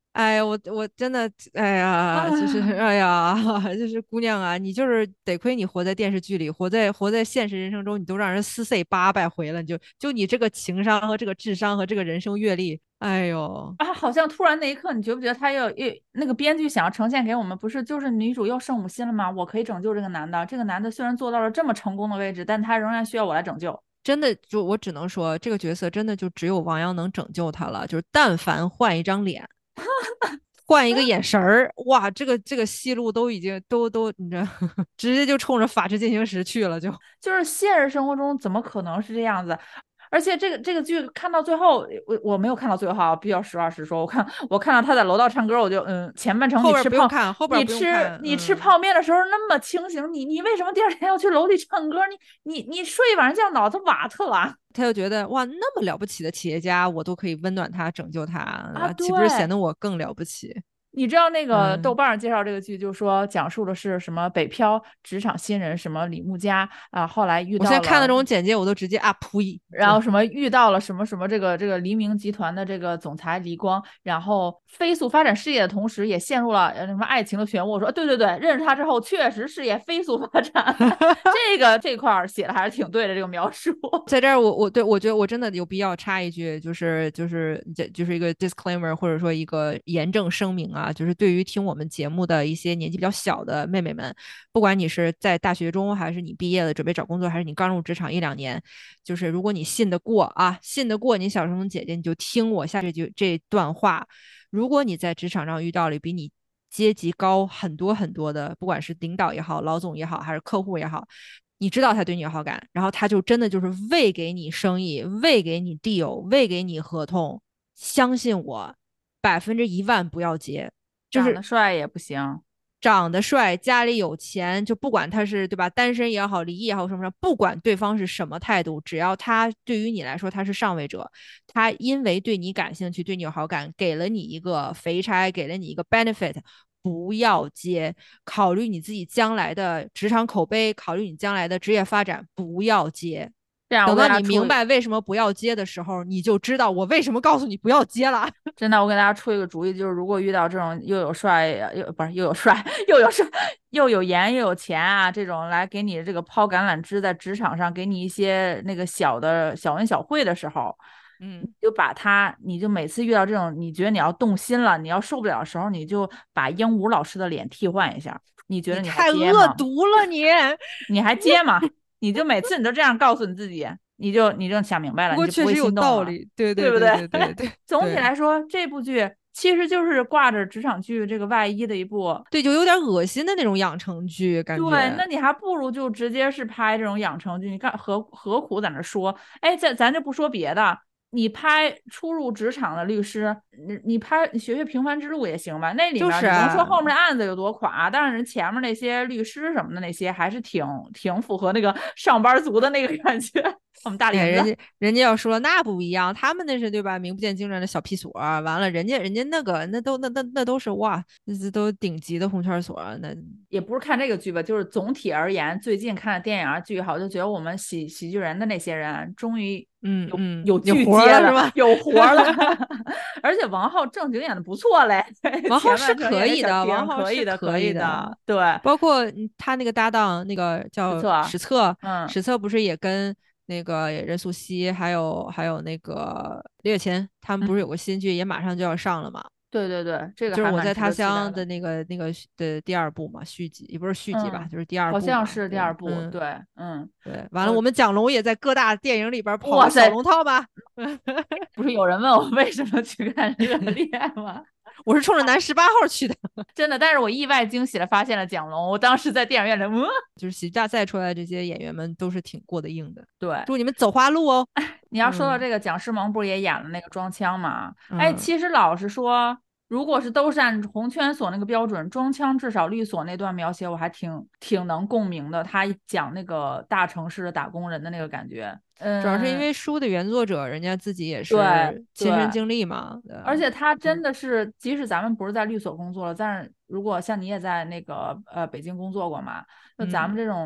哎呀，我真的，哎呀，就是哎呀，就是姑娘啊，你就是得亏你活在电视剧里，活在现实人生中，你都让人撕碎800回了，就你这个情商和这个智商和这个人生阅历，哎呦， 啊，好像突然那一刻，你觉不觉得他又那个编剧想要呈现给我们，不是就是女主又圣母心了吗？我可以拯救这个男的，这个男的虽然做到了这么成功的位置，但他仍然需要我来拯救。 真的就我只能说，这个角色真的就只有王阳能拯救他了，就是但凡换一张脸。换一个眼神儿，哇，这个戏路都已经都，你这直接就冲着法制进行时去了， 就是现实生活中怎么可能是这样子？而且这个剧看到最后，我没有看到最后啊，必须要实话实说。我看到他在楼道唱歌，我就前半程后边不用看，后边你不用看， 你吃泡面的时候那么清醒，你为什么第二天要去楼里唱歌？你睡一晚上觉脑子瓦特了他就觉得哇，那么了不起的企业家，我都可以温暖他、拯救他， 啊？对， 岂不是显得我更了不起？ 你知道那个豆嗯， 瓣上介绍这个剧，就说讲述的是什么北漂职场新人，什么李木佳啊，后来遇我现在看那到了。 种简介，我都直接啊呸，就然后什么遇到了什么什么这个黎明集团的这个总裁黎光，然后飞速发展事业的同时，也陷入了什么爱情的漩涡。我说对对对，认识他之后，确实事业飞速发展。这块写的还是挺对的，这个描述。 在这儿我觉得我真的有必要插一句，就是一个 disclaimer 或者说一个严正声明啊，就是对于听我们节目的一些年纪比较小的妹妹们，不管你是在大学中，还是你毕业了准备找工作，还是你刚入职场1-2年，就是如果你信得过啊，信得过你小声姐姐，你就听我下这段话。如果你在职场上遇到了比你阶级高很多很多的，不管是领导也好，老总也好，还是客户也好，你知道他对你有好感，然后他就真的就是喂给你生意，喂给你 deal，喂给你合同，相信我，100%不要接，就长得是帅也不行。 长得帅，家里有钱，就不管他是对吧，单身也好，离异也好，什么什么，不管对方是什么态度，只要他对于你来说他是上位者，他因为对你感兴趣，对你有好感，给了你一个肥差，给了你一个 benefit，不要接，考虑你自己将来的职场口碑，考虑你将来的职业发展，不要接。 这样我等给大家出到你明白为什么不要接的时候，你就知道我为什么告诉你不要接了。 真的，我给大家出一个主意，就是如果遇到这种又有帅又不是又有帅又有颜又有钱啊这种来给你这个抛橄榄枝，在职场上给你一些那个小的小恩小惠的时候，你嗯， 就把他，你就每次遇到这种你觉得你要动心了，你要受不了的时候，你就把鹦鹉老师的脸替换一下，你觉得你还你太恶接吗？ 毒了你。 你还接吗？你就每次你都这样告诉你自己，你就想明白了，你不过就不会确实有心动了， 道理，对对不对？ 对对对对对总体对来说，这部剧其实就是挂着职场剧这个外衣的一部。 对，就有点恶心的那种养成剧感对， 觉。 那你还不如就直接是拍这种养成剧，你看何苦在那说？哎，咱就不说别的，你拍初入职场的律师，你拍你学平凡之路也行吧？那里就是面你甭说啊， 后面案子有多垮，但是人前面那些律师什么的那些还是挺符合那个上班族的那个感觉。我们大哎， 林子人家要说那不一样，他们那是对吧？名不见经传的小屁所儿完了人家那个那都是哇，那都顶级的红圈所儿那也不是看这个剧吧，就是总体而言，最近看的电影啊剧好，就觉得我们喜剧人的那些人终于有有剧接了， 活了是吧？ 有活了，而且王浩正经演的不错嘞， 王浩是前半程演可以的， 那小婷王浩是可以的，可可以的， 以的，对， 包括他那个搭档那个叫史策， 史策， 嗯史策不是也跟那个任素汐还有那个李雪琴，他们不是有嗯， 个新剧也马上就要上了嘛？ 对对对，这个就是我在他还蛮值得期待的， 乡的那个的第二部嘛，续集也不是续集吧， 嗯， 就是第二好部嘛。 像是第对， 二部，对，嗯， 对，完了， 我我们蒋龙也在各大电影里边跑个小哇塞， 龙套吧。 不是有人问我为什么去看热恋吗？ 我是冲着男18号去的， 真的，但是我意外惊喜的发现了蒋龙，我当时在电影院里， 就是喜剧大赛出来的这些演员们都是挺过得硬的， 对， 祝你们走花路哦。 你要说到嗯这个，蒋诗萌不是也演了那个装腔吗？哎， 嗯， 其实老实说，如果是都是按红圈锁那个标准，装腔至少律所那段描写，我还挺能共鸣的。他讲那个大城市的打工人的那个感觉， 主要是因嗯， 为书的原作者人家自己也对是亲身对， 经历嘛， 而且他真嗯的是，即使咱们不是在律所工作了，但是如果像你也在那个北京工作过嘛，那咱们嗯这种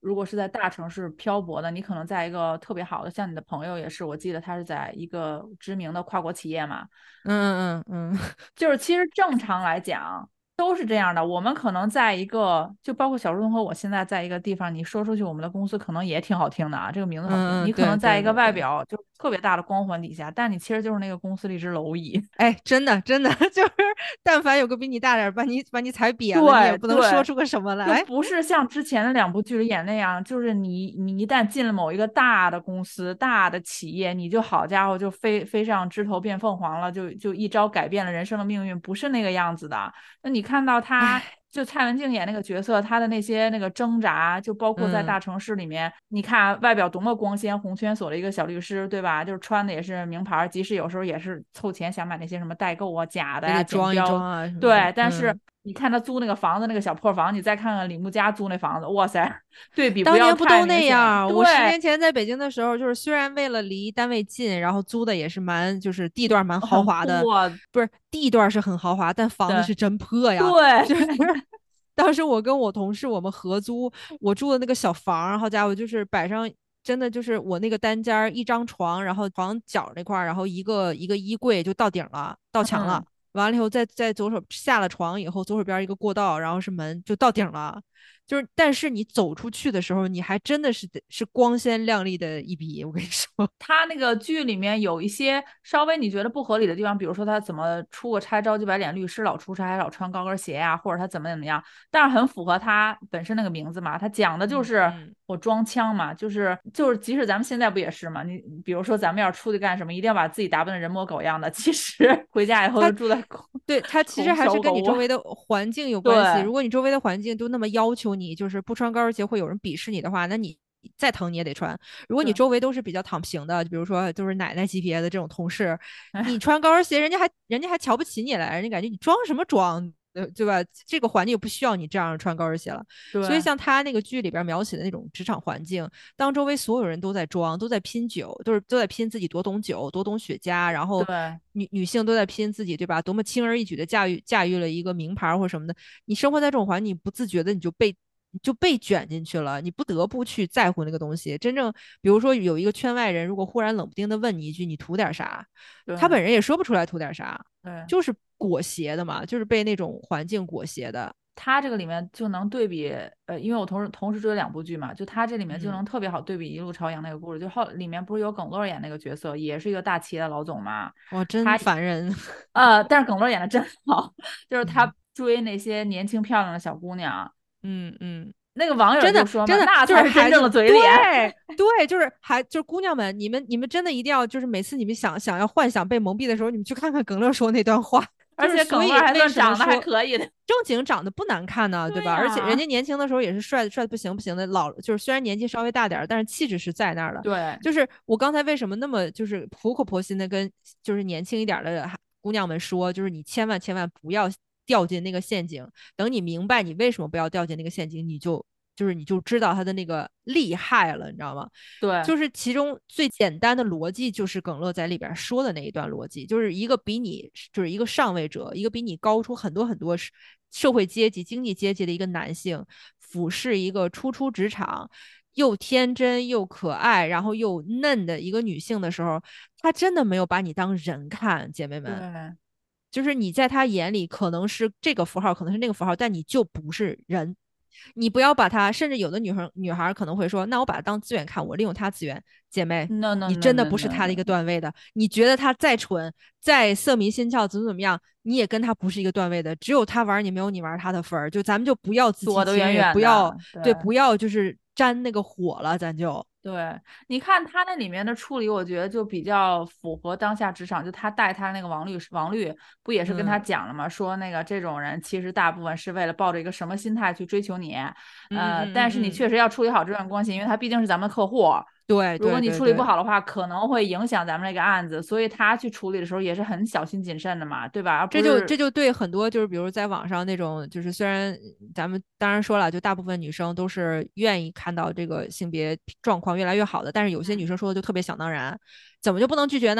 如果是在大城市漂泊的，你可能在一个特别好的，像你的朋友也是，我记得他是在一个知名的跨国企业嘛，就是其实正常来讲都是这样的。我们可能在一个，就包括小树洞和我现在在一个地方，你说出去我们的公司可能也挺好听的啊，这个名字好听。你可能对在一个外对对对。 表就特别大的光环底下，但你其实就是那个公司的一只蝼蚁。 哎，真的真的就是，但凡有个比你大点儿，把你踩扁了，你也对不能说对， 出个什么就来。 不是像之前的2部剧里演那样，就是你一旦进了某一个大的公司、大的企业，你就好家伙就飞上枝头变凤凰了，就一招改变了人生的命运，不是那个样子的。那你看到他。 哎， 就蔡文静演那个角色，她的那些那个挣扎，就包括在嗯， 大城市里面，你看外表多么光鲜，红圈锁的一个小律师，对吧？就是穿的也是名牌，即使有时候也是凑钱想买那些什么代购啊、假的呀、 也得装一剪标， 装啊什么的。 对。但是你看他租那个房子，那个小破房，你再看看李木佳租那房子，哇塞，对比不当要年不都太明显。 那样？ 对， 我10年前在北京的时候，就是虽然为了离单位近，然后租的也是就是地段蛮豪很华的， 破， 不是地段是很豪华，但房子对是真破呀。 对就是当时我跟我同事我们合租，我住的那个小房，好家伙，就是摆上。真的就是我那个单间一张床，然后床角那块儿，然后一个衣柜就到顶了，到墙了。 嗯， 完了以后在左手下了床以后，左手边一个过道，然后是门，就到顶了。就是，但是你走出去的时候，你还真的是光鲜亮丽的一笔。我跟你说， 他那个剧里面有一些稍微你觉得不合理的地方，比如说他怎么出个差着急白脸律师老出差，还老穿高跟鞋呀、或者他怎么样，但是很符合他本身那个名字嘛。他讲的就是我装腔嘛，就是，即使咱们现在不也是嘛？你比如说咱们要出去干什么，一定要把自己打扮的人模狗样的，其实回家以后他就住在对他其实还是小狗窝。 跟你周围的环境有关系。 对如果你周围的环境都那么要求你，就是不穿高跟鞋会有人鄙视你的话，那你再疼你也得穿。如果你对， 周围都是比较躺平的，比如说就是奶奶级别的这种同事，你穿高跟鞋，人家还瞧不起你来，人家感觉你装什么装？对吧？这个环境不需要你这样穿高跟鞋了。所以对像他那个剧里边描写的那种职场环境，当周围所有人都在装，都在拼酒，都在拼自己多懂酒，多懂雪茄，然后对， 女性都在拼自己，对吧？多么轻而易举的驾驭了一个名牌或什么的。你生活在这种环境，不自觉的你就被卷进去了，你不得不去在乎那个东西。真正比如说有一个圈外人，如果忽然冷不丁的问你一句"你图点啥"， 对他本人也说不出来图点啥， 对。 就是裹挟的嘛，就是被那种环境裹挟的。 他这个里面就能对比，因为我同时追了2部剧嘛，就他这里面就能嗯特别好对比《一路朝阳》那个故事，就里面不是有耿乐演那个角色，也是一个大企业的老总嘛， 哇，真他烦人。 但是耿乐演的真好，就是他嗯追那些年轻漂亮的小姑娘， 嗯， 那个网友真的就说嘛， 真的那就是才是真正的孩子，对嘴脸。 对，就是姑娘们，你们真的一定要，就是每次你们想要幻想被蒙蔽的时候，你们去看看耿乐说那段话。 而就是且耿乐还所以为算长得还什么说可以的。 正经长得不难看呢，对对吧？而且人呀， 家年轻的时候也是帅的帅的不行不行的，老就是虽然年纪稍微大点但是气质是在那儿的。 对， 就是我刚才为什么那么就是苦口婆心的跟就是年轻一点的姑娘们说，就是你千万千万不要掉进那个陷阱。等你明白你为什么不要掉进那个陷阱，你就知道他的那个厉害了，你知道吗？ 对就是其中最简单的逻辑，就是耿乐在里边说的那一段逻辑，就是一个比你就是一个上位者，一个比你高出很多很多社会阶级、经济阶级的一个男性，俯视一个初职场又天真又可爱，然后又嫩的一个女性的时候，他真的没有把你当人看，姐妹们。 对就是你在他眼里可能是这个符号，可能是那个符号，但你就不是人。你不要把他，甚至有的女孩可能会说，那我把他当资源看，我利用他资源。姐妹， ，no no 你 no 真的 no 不是 no 他的一 no， 个段位的。你觉得他再蠢、再色迷心窍，怎么样，你也跟他不是一个段位的。只有他玩你，没有你玩他的份儿。就咱们就不要自欺躲得欺人，也远远的， 不要对。 对，不要就是沾那个火了，咱就对，你看他那里面的处理，我觉得就比较符合当下职场。就他带他那个王律，不也是跟他嗯讲了吗？说那个这种人其实大部分是为了抱着一个什么心态去追求你，但是你确实要处理好这段关系，因为他毕竟是咱们的客户。 对如果你对对对。 处理不好的话，可能会影响咱们这个案子，所以他去处理的时候也是很小心谨慎的嘛，对吧？而不是这就这就对很多就是比如在网上那种就是虽然咱们当然说了，就大部分女生都是愿意看到这个性别状况越来越好的，但是有些女嗯， 生说的就特别想当然，怎么就不能拒绝呢？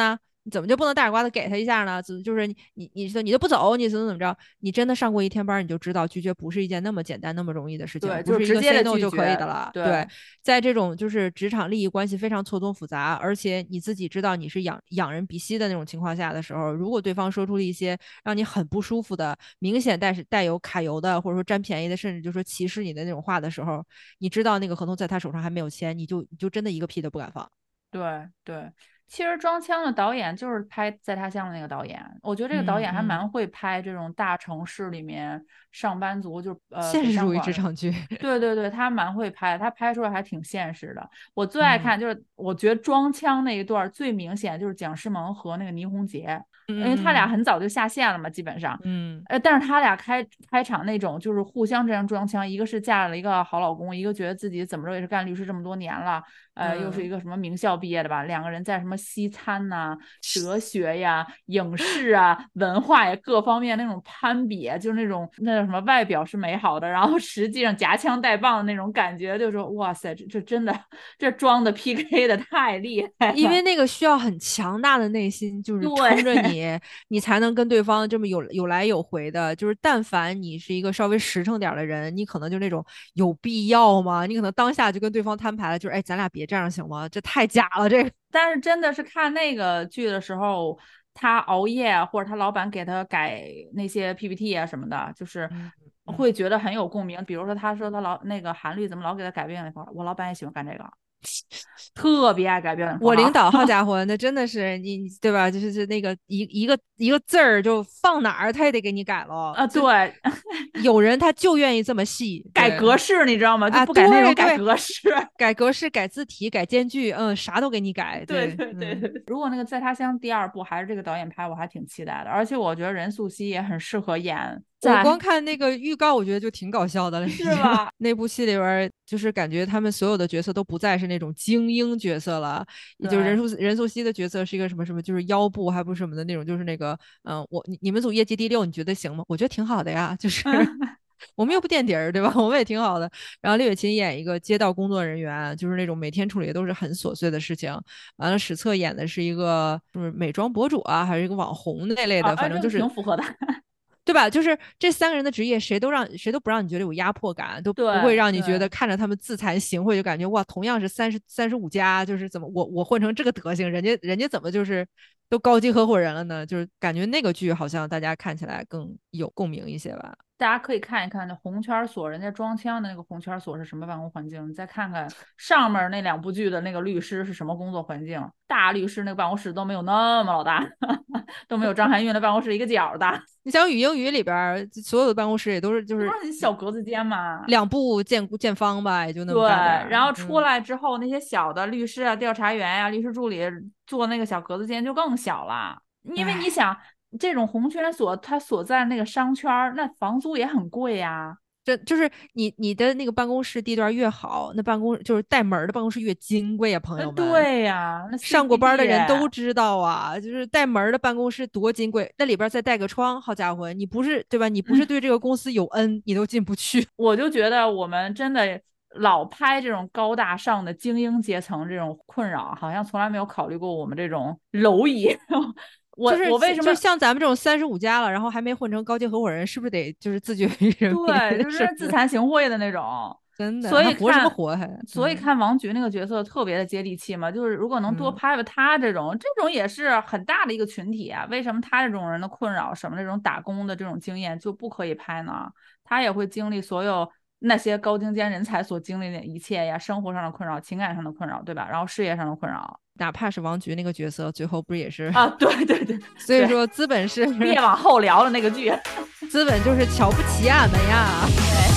你怎么就不能大耳刮子给他一下呢？就是你说你都不走，你怎么着？你真的上过一天班，你就知道拒绝不是一件那么简单、那么容易的事情， 对， 不是一个 say no 就可以的了。 对， 在这种就是职场利益关系非常错综复杂，而且你自己知道你是仰人鼻息的那种情况下的时候，如果对方说出了一些让你很不舒服的、明显带有揩油的，或者说占便宜的，甚至就说歧视你的那种话的时候，你知道那个合同在他手上还没有签，你就真的一个屁都不敢放。 对对，其实装腔的导演就是拍在他乡的那个导演，我觉得这个导演还蛮会拍这种大城市里面上班族，就是现实主义职场剧。 对对对，他蛮会拍，他拍出来还挺现实的。我最爱看就是我觉得装腔那一段最明显就是蒋诗萌和那个倪虹洁，因为他俩很早就下线了嘛，基本上，但是他俩开场那种就是互相这样装腔，一个是嫁了一个好老公，一个觉得自己怎么着也是干律师这么多年了，又是一个什么名校毕业的吧，两个人在什么西餐呐、哲学呀、影视啊、文化呀各方面那种攀比，就是那种什么外表是美好的，然后实际上夹枪带棒的那种感觉，就说哇塞，这真的这装的 PK 的太厉害了， 因为那个需要很强大的内心，就是撑着你才能跟对方这么有来有回的。就是但凡你是一个稍微实诚点的人，你可能就那种有必要吗？你可能当下就跟对方摊牌了，就是哎，咱俩别这样行吗？这太假了，这个。 但是真的是看那个剧的时候，他熬夜或者他老板给他改那些 PPT 啊什么的，就是会觉得很有共鸣。比如说他说他那个韩律怎么老给他改标点符号，我老板也喜欢干这个。特别爱改标点符号。 我领导好家伙，那真的是你对吧？就是那个一个字儿就放哪儿，他也得给你改了啊。对， 有人他就愿意这么细改格式，你知道吗？就不改那种改格式， 改格式、改字体、改间距，啥都给你改。 对对对对。如果那个在他乡第二部还是这个导演拍，我还挺期待的。而且我觉得任素汐也很适合演。 我光看那个预告，我觉得就挺搞笑的了， 是吧？ 那部戏里边就是感觉他们所有的角色都不再是那种精英角色了，也就是任素汐的角色是一个什么什么，就是腰部还不是什么的那种，就是那个你们组业绩第6，你觉得行吗？我觉得挺好的呀，就是我们又不垫底儿，对吧？我们也挺好的。然后李雪琴演一个街道工作人员，就是那种每天处理的都是很琐碎的事情。完了，史策演的是一个就是美妆博主啊，还是一个网红那类的，反正就是挺符合的。 对吧？就是这3个人的职业，谁都不让你觉得有压迫感，都不会让你觉得看着他们自惭形秽，就感觉哇，同样是35加，就是怎么我混成这个德行，人家怎么就是都高级合伙人了呢？就是感觉那个剧好像大家看起来更有共鸣一些吧。 大家可以看一看那红圈所，人家装腔的那个红圈所是什么办公环境，你再看看上面那2部剧的那个律师是什么工作环境。大律师那个办公室都没有那么老大，都没有张含韵的办公室一个角大。 你想语英语里边所有的办公室也都是就是小格子间嘛 ，2部见方吧，也就那么大点。对，然后出来之后，那些小的律师啊、调查员啊、律师助理做那个小格子间就更小了，因为你想。这种红圈所，它所在那个商圈，那房租也很贵呀。 这就是你的那个办公室地段越好，那就是带门的办公室越金贵啊，朋友们。 对呀，那上过班的人都知道啊，就是带门的办公室多金贵，那里边再带个窗，好家伙，你不是对吧？你不是对这个公司有恩，你都进不去。 我就觉得我们真的老拍这种高大上的精英阶层这种困扰，好像从来没有考虑过我们这种蝼蚁。我为什么就像咱们这种35加了，然后还没混成高级合伙人，是不是得就是自绝于人民？ 对，就是自惭形秽的那种。 真的， 所以活什么活还？ 所以看王菊那个角色特别的接地气嘛，就是如果能多拍拍他这种也是很大的一个群体啊。为什么他这种人的困扰，什么这种打工的这种经验就不可以拍呢？他也会经历所有那些高精尖人才所经历的一切呀，生活上的困扰、情感上的困扰，对吧？然后事业上的困扰。 哪怕是王菊那个角色，最后不是也是啊？对对对， 所以说资本是别往后聊的那个剧， 资本就是瞧不起俺们呀。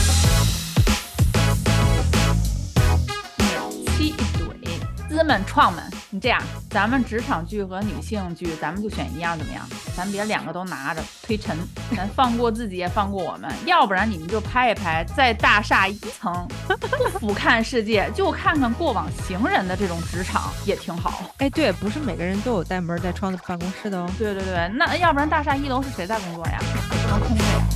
七怼资本创们，你这样，咱们职场剧和女性剧，咱们就选一样怎么样？咱别2个都拿着推陈，咱放过自己也放过我们，要不然你们就拍一拍，在大厦1层不俯瞰世界，就看看过往行人的这种职场也挺好。 哎，对，不是每个人都有带门带窗的办公室的哦。 对对对，那要不然大厦1楼是谁在工作呀？不能空着呀。